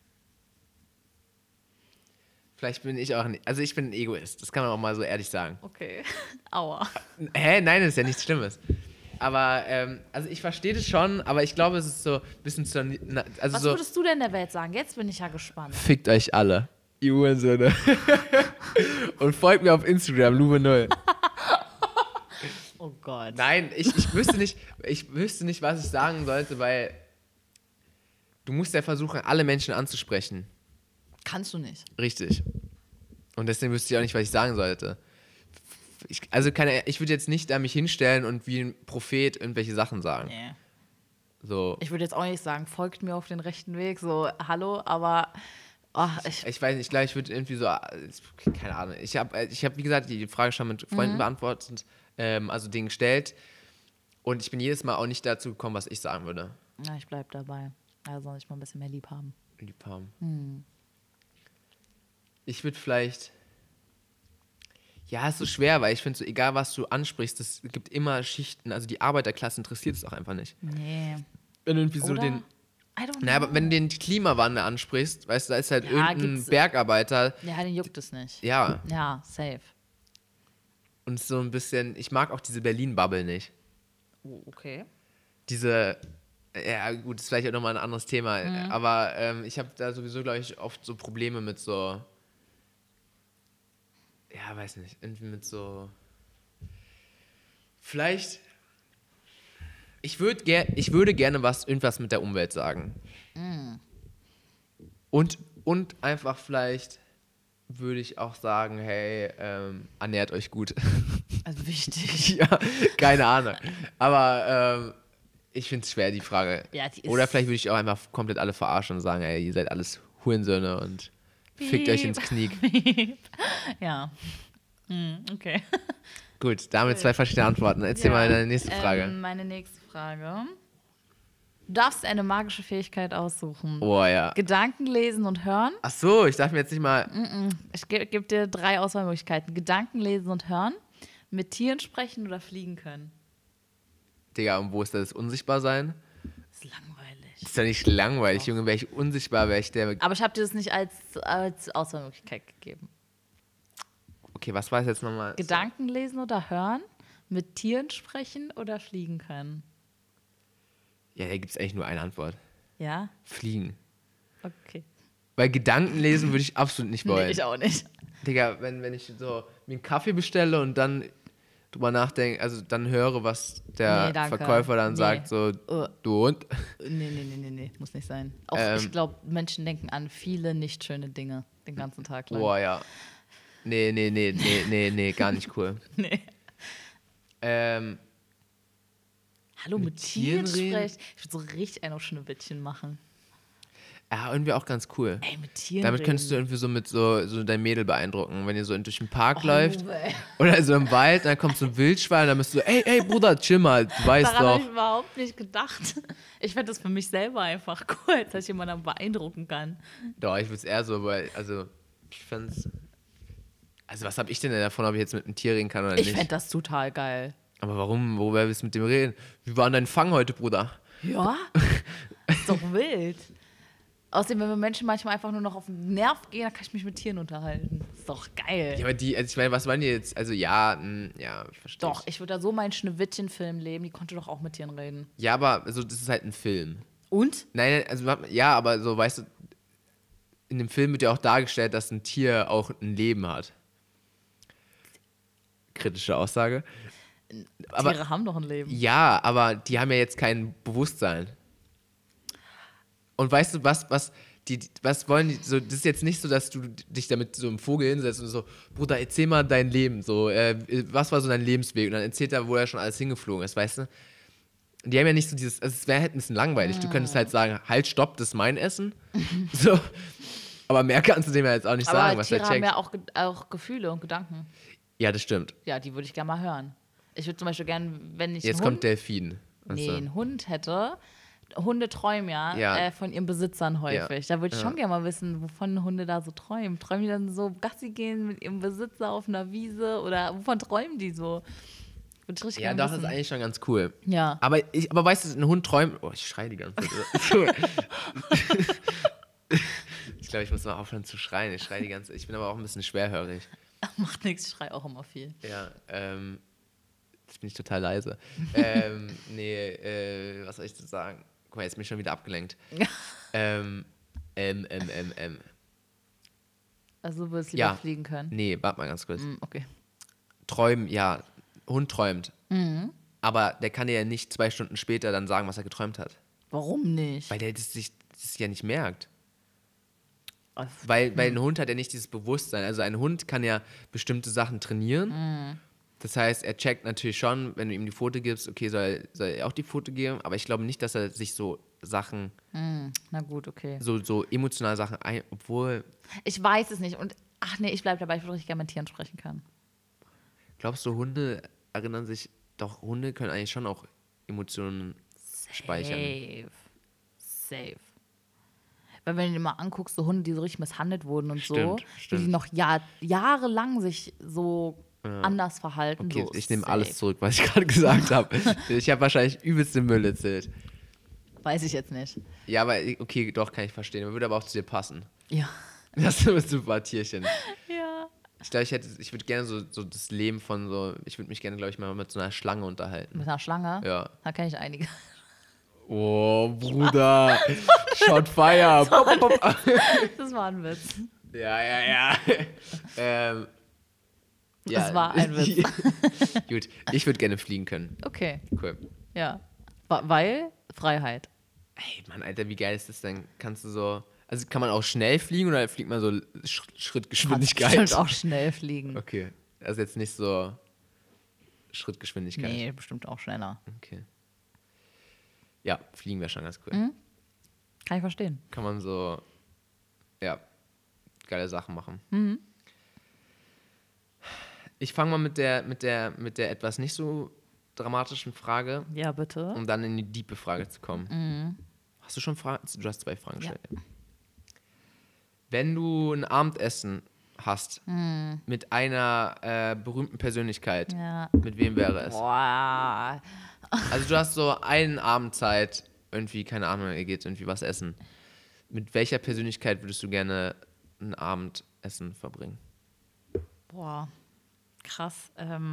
Vielleicht bin ich auch nicht, also ich bin ein Egoist, das kann man auch mal so ehrlich sagen. Okay. Aua. Hä? Nein, das ist ja nichts Schlimmes. Aber, also ich verstehe das schon, aber ich glaube, es ist so ein bisschen zu, also Was so, würdest du denn der Welt sagen? Jetzt bin ich ja gespannt. fickt euch alle, ihr Uhrensohne. Und folgt mir auf Instagram, Lube0. Oh Gott. Nein, ich wüsste nicht, was ich sagen sollte, weil du musst ja versuchen, alle Menschen anzusprechen. Kannst du nicht. Richtig. Und deswegen wüsste ich auch nicht, was ich sagen sollte. Ich würde jetzt nicht da mich hinstellen und wie ein Prophet irgendwelche Sachen sagen. Nee. So. Ich würde jetzt auch nicht sagen, folgt mir auf den rechten Weg, so, hallo, aber Ich weiß nicht, ich glaube, ich würde irgendwie so, keine Ahnung. Ich hab, wie gesagt, die Frage schon mit Freunden beantwortet, also denen gestellt. Und ich bin jedes Mal auch nicht dazu gekommen, was ich sagen würde. ja, ich bleib dabei. Also soll ich mal ein bisschen mehr lieb haben. Lieb haben. Ich würde vielleicht. Ja, ist so schwer, weil ich finde, so egal was du ansprichst, es gibt immer Schichten. Also die Arbeiterklasse interessiert es auch einfach nicht. Nee. Wenn du irgendwie so Oder? den. I don't know. Na, aber wenn du den Klimawandel ansprichst, weißt du, da ist halt Ja, irgendein gibt's- Bergarbeiter. Ja, den juckt es nicht. Ja, Ja, safe. und so ein bisschen, ich mag auch diese Berlin-Bubble nicht. Oh, okay. Diese, ja gut, ist vielleicht auch nochmal ein anderes Thema, aber ich habe da sowieso, glaube ich, oft so Probleme mit so, ja, weiß nicht, irgendwie mit so, vielleicht, ich würde gerne irgendwas mit der Umwelt sagen. Und einfach vielleicht würde ich auch sagen, hey, ernährt euch gut. Also wichtig. Ja, keine Ahnung. Aber ich finde es schwer, die Frage. Ja, die ist- Oder vielleicht würde ich auch einfach komplett alle verarschen und sagen, ey, ihr seid alles Hurensöhne und fickt euch ins Knie. Ja. Okay. Gut, damit 2 verschiedene Antworten. Erzähl mal deine nächste Frage. Meine nächste Frage. Du darfst eine magische Fähigkeit aussuchen. Oh ja. Gedanken lesen und hören. Ach so, ich dachte mir jetzt nicht mal. Ich gebe dir 3 Auswahlmöglichkeiten. Gedanken lesen und hören, mit Tieren sprechen oder fliegen können. Digga, und wo ist das Unsichtbarsein? Das ist langweilig. Das ist ja nicht langweilig, Junge. Wäre ich unsichtbar, wäre ich der. Aber ich habe dir das nicht als Auswahlmöglichkeit gegeben. Okay, was war es jetzt nochmal? Gedanken lesen oder hören, mit Tieren sprechen oder fliegen können. Ja, da gibt es eigentlich nur eine Antwort. Ja? Fliegen. Okay. Weil Gedanken lesen würde ich absolut nicht wollen. Nee, ich auch nicht. Digga, wenn ich so mir einen Kaffee bestelle und dann drüber nachdenke, also dann höre, was der Nee, danke. Verkäufer dann Nee. sagt, so, du und? Nee, muss nicht sein. Auch Ähm. ich glaube, Menschen denken an viele nicht schöne Dinge den ganzen Tag lang. Boah, ja. Nee, gar nicht cool. Nee. Hallo, mit Tieren Tieren reden? sprechen. Ich würde so richtig ein auf Schneewittchen machen. Ja, irgendwie auch ganz cool. Ey, mit Tieren Damit reden. könntest du irgendwie so mit so dein Mädel beeindrucken, wenn ihr so durch den Park Oh, läuft ey. oder so im Wald, dann kommt so ein Wildschwein, dann bist du so, ey Bruder, chill mal, du weißt Daran habe doch. ich überhaupt nicht gedacht. Ich fände das für mich selber einfach cool, dass ich jemanden beeindrucken kann. Doch, ich würde es eher so, weil, also, ich fand's. Also, was habe ich denn davon, ob ich jetzt mit einem Tier reden kann oder Ich nicht? fände das total geil. Aber warum? Worüber willst du mit dem reden? Wie war denn dein Fang heute, Bruder? Ja? Ist doch wild. Außerdem, wenn wir Menschen manchmal einfach nur noch auf den Nerv gehen, dann kann ich mich mit Tieren unterhalten. Ist doch geil. Ja, aber die, also ich meine, was waren die jetzt? Also, ja, ich verstehe. Doch, ich würde da so meinen Schneewittchen-Film leben, die konnte doch auch mit Tieren reden. Ja, aber also, das ist halt ein Film. Und? Nein, also, ja, aber so, weißt du, in dem Film wird ja auch dargestellt, dass ein Tier auch ein Leben hat. Kritische Aussage. Aber, Tiere haben doch ein Leben. ja, aber die haben ja jetzt kein Bewusstsein. Und weißt du, was wollen die, so, das ist jetzt nicht so, dass du dich damit so einem Vogel hinsetzt und so, Bruder, erzähl mal dein Leben, so, was war so dein Lebensweg? Und dann erzählt er, wo er schon alles hingeflogen ist, weißt du? Und die haben ja nicht so dieses, also es wäre halt ein bisschen langweilig. Du könntest halt sagen, halt, stopp, das ist mein Essen. So. Aber mehr kannst du dem ja jetzt auch nicht sagen, Aber was Tiere er haben checkt. ja auch Gefühle und Gedanken. Ja, das stimmt. Ja, die würde ich gerne mal hören. Ich würde zum Beispiel gerne, wenn ich Jetzt einen kommt Hund, Delfin. nee, Achso. einen Hund hätte. Hunde träumen Ja. von ihren Besitzern häufig. Da würde ich Ja. schon gerne mal wissen, wovon Hunde da so träumen. Träumen die dann so Gassi gehen mit ihrem Besitzer auf einer Wiese oder wovon träumen die so? Würde ich richtig Ja, gerne doch, das wissen. ist eigentlich schon ganz cool. Ja. Aber weißt du, ein Hund träumt. Oh, ich schreie die ganze Zeit. Ich glaube, ich muss mal aufhören zu schreien. Ich schreie die ganze Zeit. Ich bin aber auch ein bisschen schwerhörig. Macht nichts, ich schreie auch immer viel. Ja, jetzt bin ich total leise. Was soll ich denn sagen? Guck mal, jetzt bin ich schon wieder abgelenkt. Also du würdest lieber Ja. fliegen können. Nee, warte mal ganz kurz. Okay. Träumen, ja. Hund träumt. Mhm. Aber der kann dir ja nicht 2 Stunden später dann sagen, was er geträumt hat. Warum nicht? Weil der das ja nicht merkt. Oh, Weil ein Hund hat ja nicht dieses Bewusstsein. Also ein Hund kann ja bestimmte Sachen trainieren. Mhm. Das heißt, er checkt natürlich schon, wenn du ihm die Foto gibst, okay, soll er auch die Foto geben. Aber ich glaube nicht, dass er sich so Sachen, Na gut, okay. so emotionale Sachen obwohl, Ich weiß es nicht. Und ach nee, ich bleibe dabei, ich würde richtig gerne mit Tieren sprechen können. glaubst du, Hunde erinnern sich, doch Hunde können eigentlich schon auch Emotionen speichern. Safe. Weil wenn du dir mal anguckst, so Hunde, die so richtig misshandelt wurden und so, Stimmt. die noch jahrelang sich so anders verhalten. Okay, so ich nehme safe. alles zurück, was ich gerade gesagt habe. Ich habe wahrscheinlich übelst den Müll erzählt. Weiß ich jetzt nicht. Ja, aber okay, doch, kann ich verstehen. Würde aber auch zu dir passen. Ja. Das ist ein super Tierchen. Ja. Ich glaube, ich würde gerne so das Leben von so, ich würde mich gerne, glaube ich, mal mit so einer Schlange unterhalten. Mit einer Schlange? Ja. Da kenne ich einige. Oh, Bruder. Shot fire. Pop, pop, pop. Das war ein Witz. Ja. Das war ein Witz. Gut, ich würde gerne fliegen können. Okay, Cool. ja. Weil Freiheit. Ey, Mann, Alter, wie geil ist das denn? Kannst du so, also kann man auch schnell fliegen oder fliegt man so Schrittgeschwindigkeit? Kannst bestimmt auch schnell fliegen. Okay, also jetzt nicht so Schrittgeschwindigkeit. Nee, bestimmt auch schneller. Okay. Ja, fliegen wäre schon ganz cool. Kann ich verstehen. Kann man so, ja, geile Sachen machen. Ich fange mal mit der etwas nicht so dramatischen Frage, Ja, bitte. um dann in die diepe Frage zu kommen. Hast du schon Fragen? Du hast 2 Fragen Ja. gestellt. Wenn du ein Abendessen hast mit einer berühmten Persönlichkeit, Ja. mit wem wäre es? Boah. Also du hast so einen Abend Zeit, irgendwie, keine Ahnung, ihr geht irgendwie was essen. Mit welcher Persönlichkeit würdest du gerne ein Abendessen verbringen? Boah. Krass.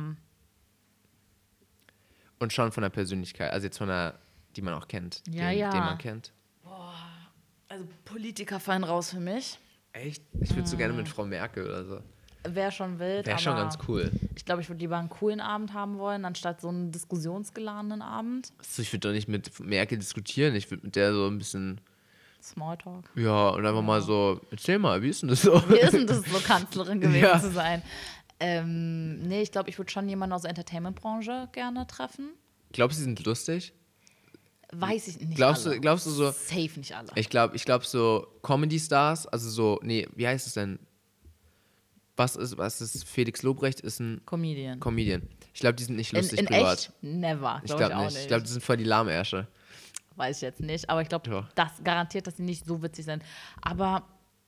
Und schon von der Persönlichkeit, also jetzt von der, die man auch kennt, Ja, den ja. man kennt. Also Politiker fallen raus für mich. Echt? Ich würde so gerne mit Frau Merkel oder so. Wäre schon wild, Wäre schon aber ganz cool. ich glaube, ich würde lieber einen coolen Abend haben wollen, anstatt so einen diskussionsgeladenen Abend. Also ich würde doch nicht mit Merkel diskutieren, ich würde mit der so ein bisschen, Smalltalk. ja, und einfach mal so, erzähl mal, wie ist denn das so? Wie ist denn das, so Kanzlerin gewesen Ja. zu sein? Nee, ich glaube, ich würde schon jemanden aus der Entertainment-Branche gerne treffen. Glaubst du, sie sind lustig? Weiß ich nicht. Glaubst alle. du so, Safe nicht alle. ich glaube so Comedy-Stars, also so, nee, wie heißt es denn? Was ist Felix Lobrecht ist ein Comedian. Comedian. Ich glaube, die sind nicht lustig in privat. echt? Never. Ich Glaube glaube auch nicht. nicht. Ich glaube, die sind voll die Lahmärsche. Weiß ich jetzt nicht. Aber ich glaube, Ja. das garantiert, dass sie nicht so witzig sind. Aber,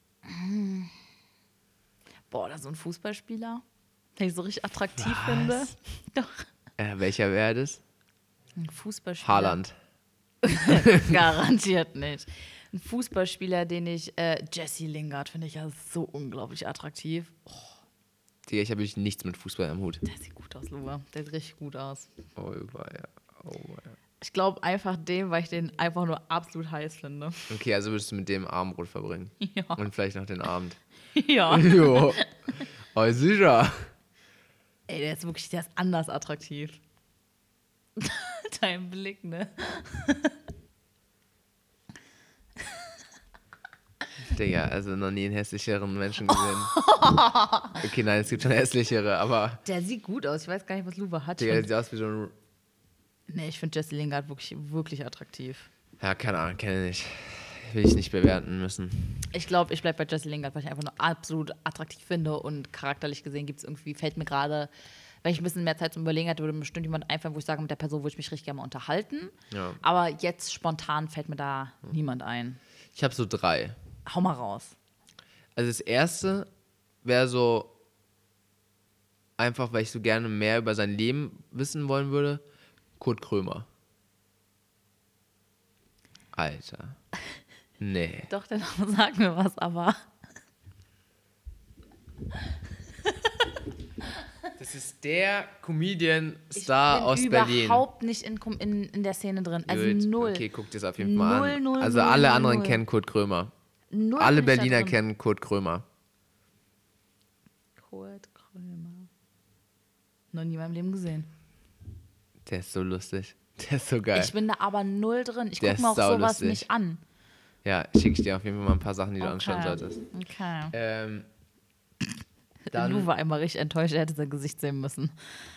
boah, da so ein Fußballspieler, den ich so richtig attraktiv finde. Doch, Welcher wäre das? ein Fußballspieler. Haaland. Garantiert nicht. Ein Fußballspieler, den ich, Jesse Lingard, finde ich ja so unglaublich attraktiv. Oh, Digga, ich habe wirklich nichts mit Fußball am Hut. der sieht gut aus, Luba. Der sieht richtig gut aus. Oh, ja. Ich glaube einfach den, weil ich den einfach nur absolut heiß finde. Okay, also würdest du mit dem Abendbrot verbringen. Ja. Und vielleicht noch den Abend. Ja. Jo. Oh, sicher. Ey, der ist anders attraktiv. Dein Blick, ne? Digga, also noch nie einen hässlicheren Menschen gesehen. Okay, nein, es gibt schon hässlichere, aber Der sieht gut aus. Ich weiß gar nicht, was Luba hat. Digga, der sieht aus wie so ein. Nee, ich finde Jesse Lingard wirklich, wirklich attraktiv. Ja, keine Ahnung, kenne ich nicht. Will ich nicht bewerten müssen. Ich glaube, ich bleibe bei Jesse Lingard, weil ich einfach nur absolut attraktiv finde und charakterlich gesehen gibt es irgendwie, fällt mir gerade, wenn ich ein bisschen mehr Zeit zum Überlegen hätte, würde mir bestimmt jemand einfallen, wo ich sage, mit der Person würde ich mich richtig gerne mal unterhalten. Ja. Aber jetzt spontan fällt mir da niemand ein. Ich habe so 3. Hau mal raus. Also das erste wäre so einfach, weil ich so gerne mehr über sein Leben wissen wollen würde, Kurt Krömer. Alter. Nee. Doch, der Name sagt mir was, aber Das ist der Comedian-Star ich aus bin Berlin. überhaupt nicht in der Szene drin. Also Gut. null. Okay, guck dir das auf jeden Fall an. Null, Also null, alle null, anderen null. kennen Kurt Krömer. Null Alle bin ich da Berliner drin. kennen Kurt Krömer. Kurt Krömer. Noch nie in meinem Leben gesehen. Der ist so lustig. Der ist so geil. Ich bin da aber null drin. Ich Der gucke mir auch ist sowas saulustig. nicht an. Ja, schicke ich dir auf jeden Fall mal ein paar Sachen, die du anschauen solltest. Okay. Dann, Lou war einmal richtig enttäuscht, er hätte sein Gesicht sehen müssen.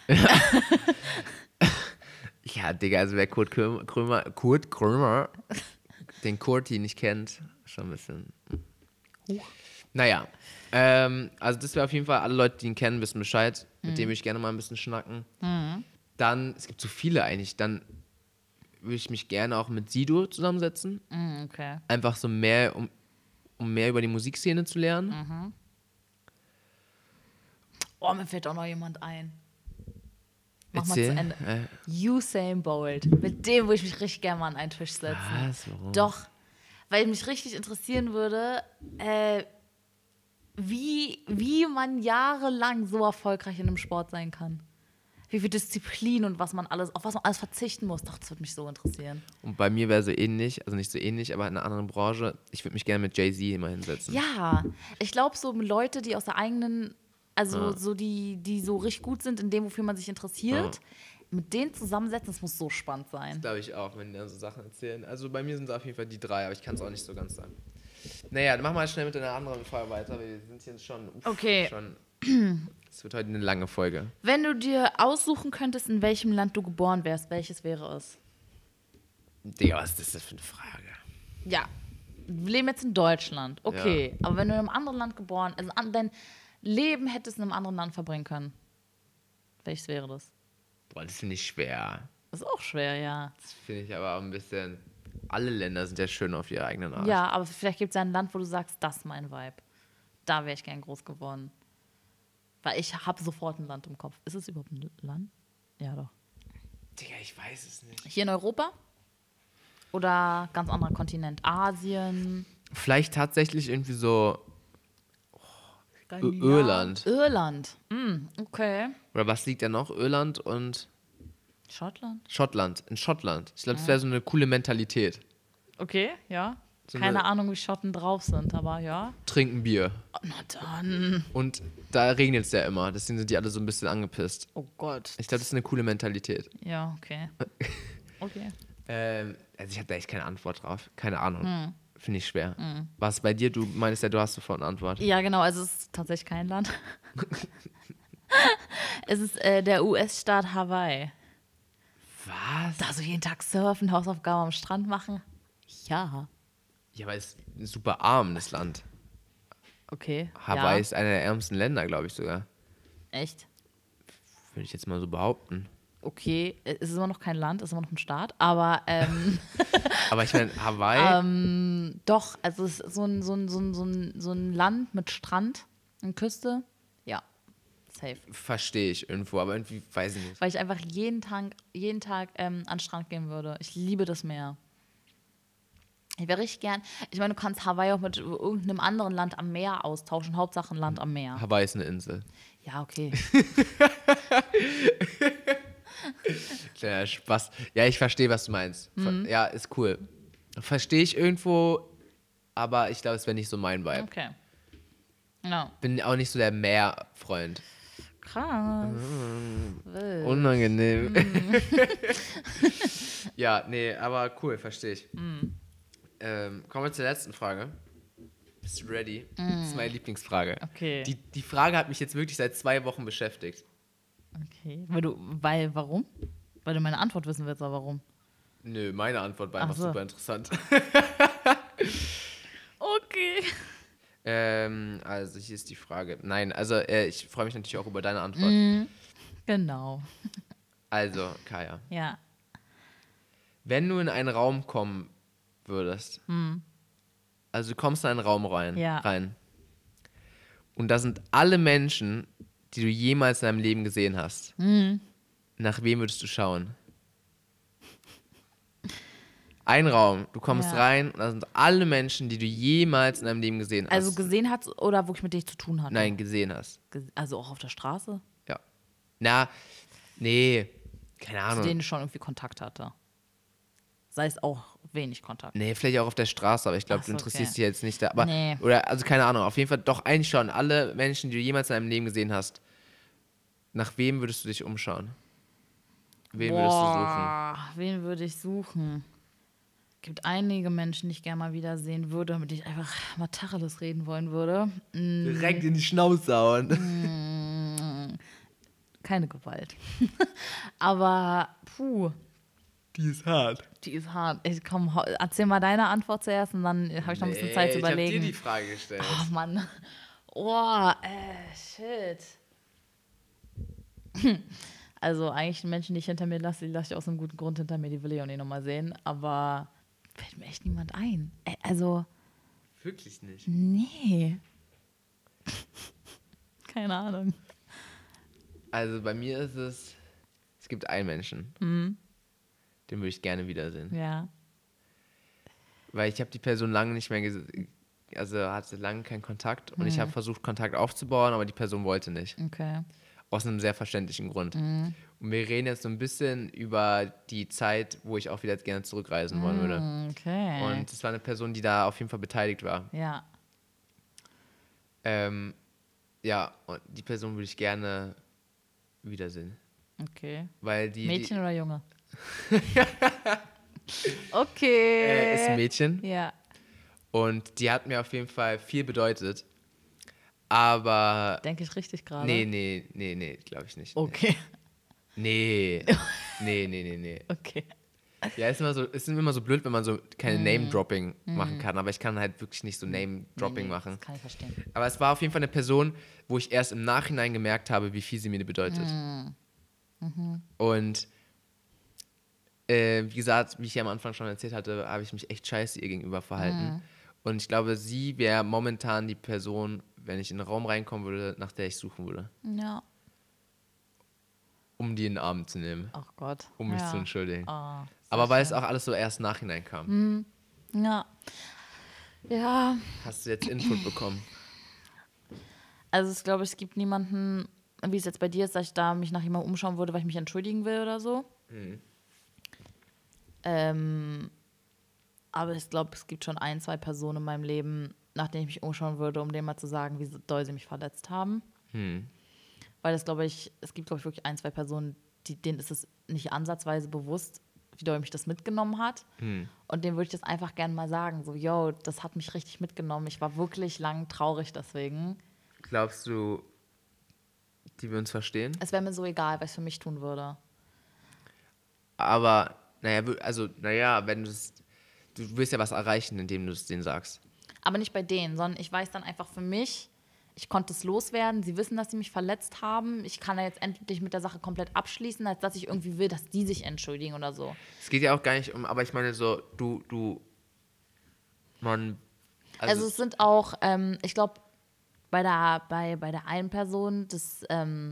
ja, Digga, also wer Kurt Krömer, den Kurti nicht kennt, schon ein bisschen. Naja, also das wäre auf jeden Fall, alle Leute, die ihn kennen, wissen Bescheid. Mit dem würde ich gerne mal ein bisschen schnacken. Dann, es gibt so viele eigentlich, dann würde ich mich gerne auch mit Sido zusammensetzen. Okay. Einfach so mehr, um mehr über die Musikszene zu lernen. Oh, mir fällt auch noch jemand ein. Mach mal zu Ende. Usain Bolt. Mit dem würde ich mich richtig gerne mal an einen Tisch setzen. Was? Warum? Doch, weil mich richtig interessieren würde, wie man jahrelang so erfolgreich in einem Sport sein kann. Wie viel Disziplin und auf was man alles verzichten muss. Doch, das würde mich so interessieren. Und bei mir wäre so ähnlich, also nicht so ähnlich, aber in einer anderen Branche, ich würde mich gerne mit Jay-Z immer hinsetzen. Ja, ich glaube, so Leute, die aus der eigenen, also so die so richtig gut sind in dem, wofür man sich interessiert, mit denen zusammensetzen, das muss so spannend sein. Glaube ich auch, wenn die dann so Sachen erzählen. Also bei mir sind es auf jeden Fall die 3, aber ich kann es auch nicht so ganz sagen. Naja, dann mach mal schnell mit einer anderen Frage weiter. Wir sind jetzt schon. Okay. Es wird heute eine lange Folge. Wenn du dir aussuchen könntest, in welchem Land du geboren wärst, welches wäre es? Digga, was ist das für eine Frage? Ja, wir leben jetzt in Deutschland. Okay, aber wenn du in einem anderen Land geboren, also dein Leben hättest in einem anderen Land verbringen können, welches wäre das? Boah, das finde ich schwer. Das ist auch schwer, ja. Das finde ich aber auch ein bisschen. Alle Länder sind ja schön auf ihre eigenen Art. Ja, aber vielleicht gibt es ja ein Land, wo du sagst, das ist mein Vibe. Da wäre ich gern groß geworden. Weil ich habe sofort ein Land im Kopf. Ist es überhaupt ein Land? Ja, doch. Digga, ich weiß es nicht. Hier in Europa? Oder ganz anderer Kontinent? Asien? Vielleicht tatsächlich irgendwie so Irland. Irland. Okay. Oder was liegt da noch? Irland und Schottland? Schottland. In Schottland. Ich glaube, das wäre so eine coole Mentalität. Okay, ja. So Keine eine- Ahnung, wie Schotten drauf sind, aber ja. Trinken Bier. Na dann. Und da regnet es ja immer. Deswegen sind die alle so ein bisschen angepisst. Oh Gott. Ich glaube, das ist eine coole Mentalität. Ja, okay. Okay. Also ich habe da echt keine Antwort drauf. Keine Ahnung. Finde ich schwer. Was bei dir? Du meinst ja, du hast sofort eine Antwort. Ja, genau, also es ist tatsächlich kein Land. Es ist der US-Staat Hawaii. Was? Da so jeden Tag surfen, Hausaufgaben am Strand machen. Ja. Ja, aber es ist ein super arm, das Land. Okay. Hawaii ja. ist einer der ärmsten Länder, glaube ich sogar. Echt? Würde ich jetzt mal so behaupten. Okay, es ist immer noch kein Land, es ist immer noch ein Staat, aber Aber ich meine, Hawaii. doch, also es ist so ein Land mit Strand und Küste. Ja, safe. Verstehe ich irgendwo, aber irgendwie weiß ich nicht. Weil ich einfach jeden Tag an den Strand gehen würde. Ich liebe das Meer. Ich wäre richtig gern. Ich meine, du kannst Hawaii auch mit irgendeinem anderen Land am Meer austauschen. Hauptsache ein Land am Meer. Hawaii ist eine Insel. Ja, okay. Kleiner Spaß. Ja, ich verstehe, was du meinst. Ja, ist cool. Verstehe ich irgendwo, aber ich glaube, es wäre nicht so mein Vibe. Okay. Ja. Bin auch nicht so der Meerfreund. Krass. Wild. Unangenehm. Ja, nee, aber cool, verstehe ich. Kommen wir zur letzten Frage. Bist du ready? Das ist meine Lieblingsfrage. Okay. Die Frage hat mich jetzt wirklich seit 2 Wochen beschäftigt. Okay. Warum? Weil du meine Antwort wissen willst, aber warum? Nö, meine Antwort war Ach einfach so. super interessant. Okay. Also hier ist die Frage. Nein, also ich freue mich natürlich auch über deine Antwort. Genau. Also, Kaya, Ja. wenn du in einen Raum kommen würdest, also du kommst in einen Raum Ja. rein und da sind alle Menschen, die du jemals in deinem Leben gesehen hast. Nach wem würdest du schauen? Ein Raum, du kommst Ja. rein und da sind alle Menschen, die du jemals in deinem Leben gesehen hast. Also gesehen hat oder wirklich mit dir zu tun hat? Nein, gesehen hast. Also auch auf der Straße? Ja. Na, nee, keine Zu Ahnung. denen ich schon irgendwie Kontakt hatte. Sei es auch wenig Kontakt. Nee, vielleicht auch auf der Straße, aber ich glaube, Ach so, du interessierst okay. dich jetzt nicht da. Aber, Nee. oder, also keine Ahnung, auf jeden Fall doch eigentlich schon. Alle Menschen, die du jemals in deinem Leben gesehen hast, nach wem würdest du dich umschauen? Wen würdest du suchen? Wen würde ich suchen? Gibt einige Menschen, die ich gerne mal wiedersehen würde, mit denen ich einfach mal Tacheles reden wollen würde. Direkt in die Schnauze hauen. Keine Gewalt. Aber, Die ist hart. die ist hart. Komm, erzähl mal deine Antwort zuerst und dann habe ich noch ein bisschen Zeit zu überlegen. Ich habe dir die Frage gestellt. Oh Mann. Oh, shit. Also eigentlich Menschen, die ich hinter mir lasse, die lasse ich aus einem guten Grund hinter mir, die will ich auch nicht nochmal sehen. Aber fällt mir echt niemand ein. Also, Wirklich nicht. nee. Keine Ahnung. Also bei mir ist es Es gibt einen Menschen, den würde ich gerne wiedersehen. Ja. Weil ich habe die Person lange nicht mehr also hatte lange keinen Kontakt und ich habe versucht, Kontakt aufzubauen, aber die Person wollte nicht. Okay. Aus einem sehr verständlichen Grund. Und wir reden jetzt so ein bisschen über die Zeit, wo ich auch wieder gerne zurückreisen wollen würde. Okay. Und es war eine Person, die da auf jeden Fall beteiligt war. Ja. Ja, und die Person würde ich gerne wiedersehen. Okay. Weil Mädchen oder Junge? Okay. Ist ein Mädchen. Ja. Und die hat mir auf jeden Fall viel bedeutet. Aber. Denke ich richtig gerade? Nee, glaube ich nicht. Okay. Nee. Okay. Ja, es ist immer so blöd, wenn man so keine Name-Dropping machen kann. Aber ich kann halt wirklich nicht so Name-Dropping machen. Das kann ich verstehen. Aber es war auf jeden Fall eine Person, wo ich erst im Nachhinein gemerkt habe, wie viel sie mir bedeutet. Und wie gesagt, wie ich ja am Anfang schon erzählt hatte, habe ich mich echt scheiße ihr gegenüber verhalten. Und ich glaube, sie wäre momentan die Person, wenn ich in den Raum reinkommen würde, nach der ich suchen würde. Ja. Um die in den Arm zu nehmen. Ach Gott. Um mich zu entschuldigen. Oh, aber weil es auch alles so erst nachhinein kam. ja. Ja. Hast du jetzt Input bekommen? Also ich glaube, es gibt niemanden, wie es jetzt bei dir ist, dass ich da mich nach jemandem umschauen würde, weil ich mich entschuldigen will oder so. Aber ich glaube, es gibt schon 1, 2 Personen in meinem Leben, nach denen ich mich umschauen würde, um denen mal zu sagen, wie doll sie mich verletzt haben. Weil es gibt, glaube ich, wirklich 1, 2 Personen, denen ist es nicht ansatzweise bewusst, wie doll mich das mitgenommen hat. Und denen würde ich das einfach gerne mal sagen. So, yo, das hat mich richtig mitgenommen. Ich war wirklich lang traurig deswegen. Glaubst du, die wir uns verstehen? Es wäre mir so egal, was ich für mich tun würde. Aber, wenn du willst ja was erreichen, indem du es denen sagst. Aber nicht bei denen, sondern ich weiß dann einfach für mich, ich konnte es loswerden, sie wissen, dass sie mich verletzt haben, ich kann ja jetzt endlich mit der Sache komplett abschließen, als dass ich irgendwie will, dass die sich entschuldigen oder so. Es geht ja auch gar nicht aber ich meine so, Also es sind auch, ich glaube, bei der einen Person, das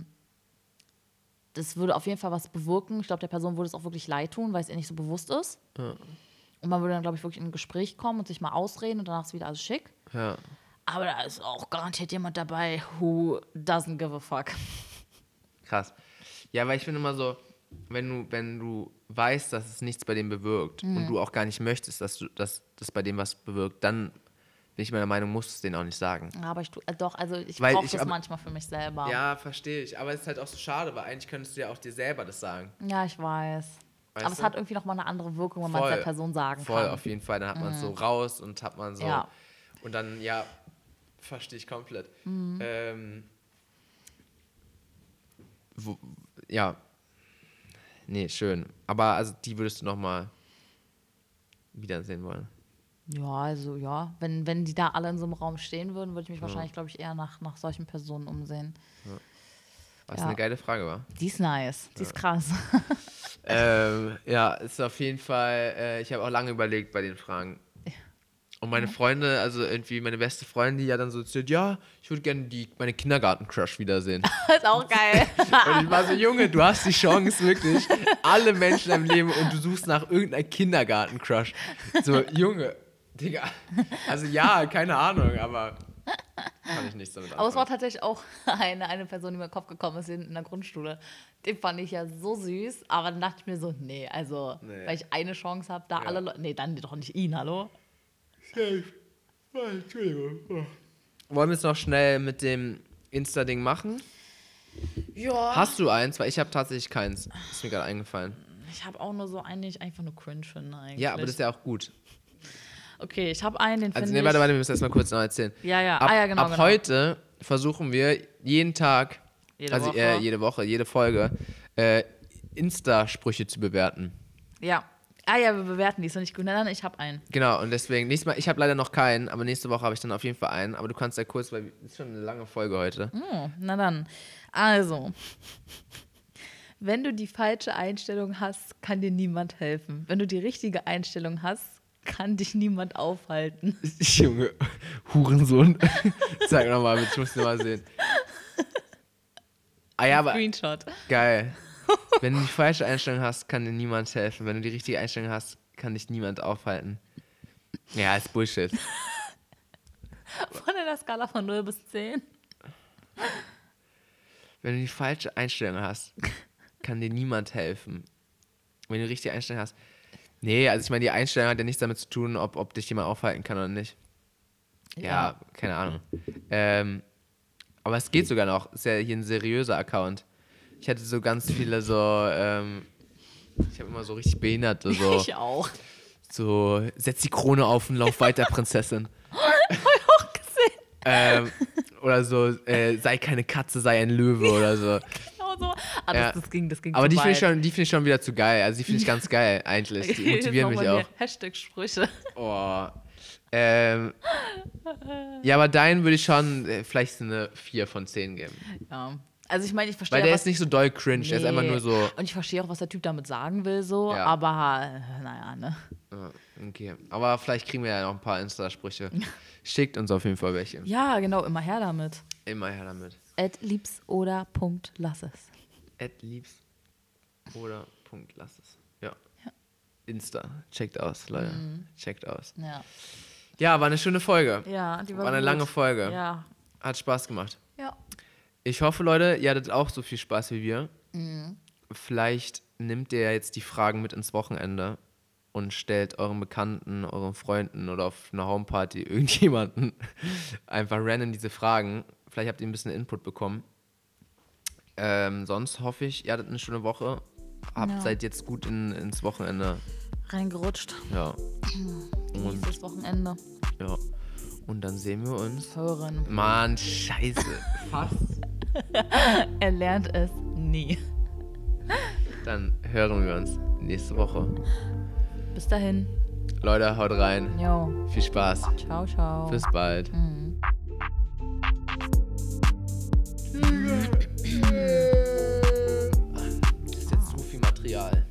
würde auf jeden Fall was bewirken. Ich glaube, der Person würde es auch wirklich leid tun, weil es ihr nicht so bewusst ist. Ja. Und man würde dann, glaube ich, wirklich in ein Gespräch kommen und sich mal ausreden und danach ist wieder alles schick. Ja. Aber da ist auch garantiert jemand dabei, who doesn't give a fuck. Krass. Ja, weil ich finde immer so, wenn du weißt, dass es nichts bei dem bewirkt und du auch gar nicht möchtest, dass das bei dem was bewirkt, dann bin ich meiner Meinung, musst du es denen auch nicht sagen. Aber ich Weil brauche das manchmal für mich selber. Ja, verstehe ich. Aber es ist halt auch so schade, weil eigentlich könntest du ja auch dir selber das sagen. Ja, ich weiß. Weißt aber es du? hat irgendwie nochmal eine andere Wirkung, wenn man es der Person sagen kann. Voll, auf jeden Fall. Dann hat man es so raus und hat man so. Ja. Und dann, ja, verstehe ich komplett. Ja. Nee, schön. Aber also die würdest du nochmal wiedersehen wollen? Ja, also ja. Wenn die da alle in so einem Raum stehen würden, würde ich mich wahrscheinlich, glaube ich, eher nach solchen Personen umsehen. Was eine geile Frage war. Die ist nice. Die ist krass. Ja, ist auf jeden Fall, ich habe auch lange überlegt bei den Fragen. Und meine Freunde, also irgendwie meine beste Freundin, die ja dann so erzählt, ja, ich würde gerne meine Kindergarten-Crush wiedersehen. Das ist auch geil. Und ich war so, Junge, du hast die Chance, wirklich, alle Menschen im Leben und du suchst nach irgendeiner Kindergarten-Crush. So, Junge, Digga. Also ja, keine Ahnung, aber kann ich nichts damit anfangen. Aber es war tatsächlich auch eine Person, die mir in den Kopf gekommen ist in der Grundschule. Den fand ich ja so süß, aber dann dachte ich mir so, nee, weil ich eine Chance habe, da alle Leute, nee, dann doch nicht ihn, hallo? Entschuldigung. Wollen wir es noch schnell mit dem Insta-Ding machen? Ja. Hast du eins? Weil ich habe tatsächlich keins. Ist mir gerade eingefallen. Ich habe auch nur so einen, den ich einfach nur cringe finde eigentlich. Ja, aber das ist ja auch gut. Okay, ich habe einen, den finde Also, ich... warte, wir müssen erstmal kurz noch erzählen. Ja, genau. Ab heute versuchen wir jeden Tag, Jede Woche. jede Folge, Insta-Sprüche zu bewerten. Ja. Ja, wir bewerten die, ist noch nicht gut. Nein, ich habe einen. Genau, und deswegen, nächstes Mal, ich habe leider noch keinen, aber nächste Woche habe ich dann auf jeden Fall einen. Aber du kannst ja kurz, weil es ist schon eine lange Folge heute. Na dann. Also, wenn du die falsche Einstellung hast, kann dir niemand helfen. Wenn du die richtige Einstellung hast, kann dich niemand aufhalten. Junge, Hurensohn. Zeig nochmal mit, ich muss den mal sehen. Ah ja, aber Screenshot. geil. Wenn du die falsche Einstellung hast, kann dir niemand helfen. Wenn du die richtige Einstellung hast, kann dich niemand aufhalten. Ja, ist Bullshit. Von einer Skala von 0 bis 10. Wenn du die falsche Einstellung hast, kann dir niemand helfen. Wenn du die richtige Einstellung hast. Nee, also ich meine, die Einstellung hat ja nichts damit zu tun, ob dich jemand aufhalten kann oder nicht. Ja, keine Ahnung. Aber es geht sogar noch. Ist ja hier ein seriöser Account. Ich hatte so ganz viele so, ich habe immer so richtig Behinderte, so. Ich auch. So, setz die Krone auf und lauf weiter, Prinzessin. Hab ich auch gesehen. Oder so, sei keine Katze, sei ein Löwe oder so. Genau so. Ah, das ging Aber zu die finde weit. ich schon wieder zu geil. Also die finde ich ganz geil eigentlich. Die motivieren mich auch. Hashtag-Sprüche. Oh. Ja, aber deinen würde ich schon vielleicht so eine 4 von 10 geben. Ja. Also ich meine, ich verstehe Weil der was, ist nicht so doll cringe, der ist einfach nur so. Und ich verstehe auch, was der Typ damit sagen will, so, Ja. aber naja, ne. Okay, aber vielleicht kriegen wir ja noch ein paar Insta-Sprüche. Schickt uns auf jeden Fall welche. Ja, genau, immer her damit. Immer her damit. @liebs oder @lass es. @liebs oder @lass es. Ja. Insta. Checkt aus, Leute. Checkt aus. Ja. Ja, war eine schöne Folge. Ja, die war War eine gut. lange Folge. Ja. Hat Spaß gemacht. Ja. Ich hoffe, Leute, ihr hattet auch so viel Spaß wie wir. Vielleicht nimmt ihr jetzt die Fragen mit ins Wochenende und stellt euren Bekannten, euren Freunden oder auf einer Homeparty irgendjemanden einfach random diese Fragen. Vielleicht habt ihr ein bisschen Input bekommen. Sonst hoffe ich, ihr hattet eine schöne Woche. Seid jetzt gut ins Wochenende. Reingerutscht. Ja. Und, Nächstes Wochenende. ja. Und dann sehen wir uns. Hören. Mann, scheiße. Fast. Er lernt es nie. Dann hören wir uns nächste Woche. Bis dahin. Leute, haut rein. Jo. Viel Spaß. Ciao, ciao. Bis bald. Das ist jetzt zu viel Material.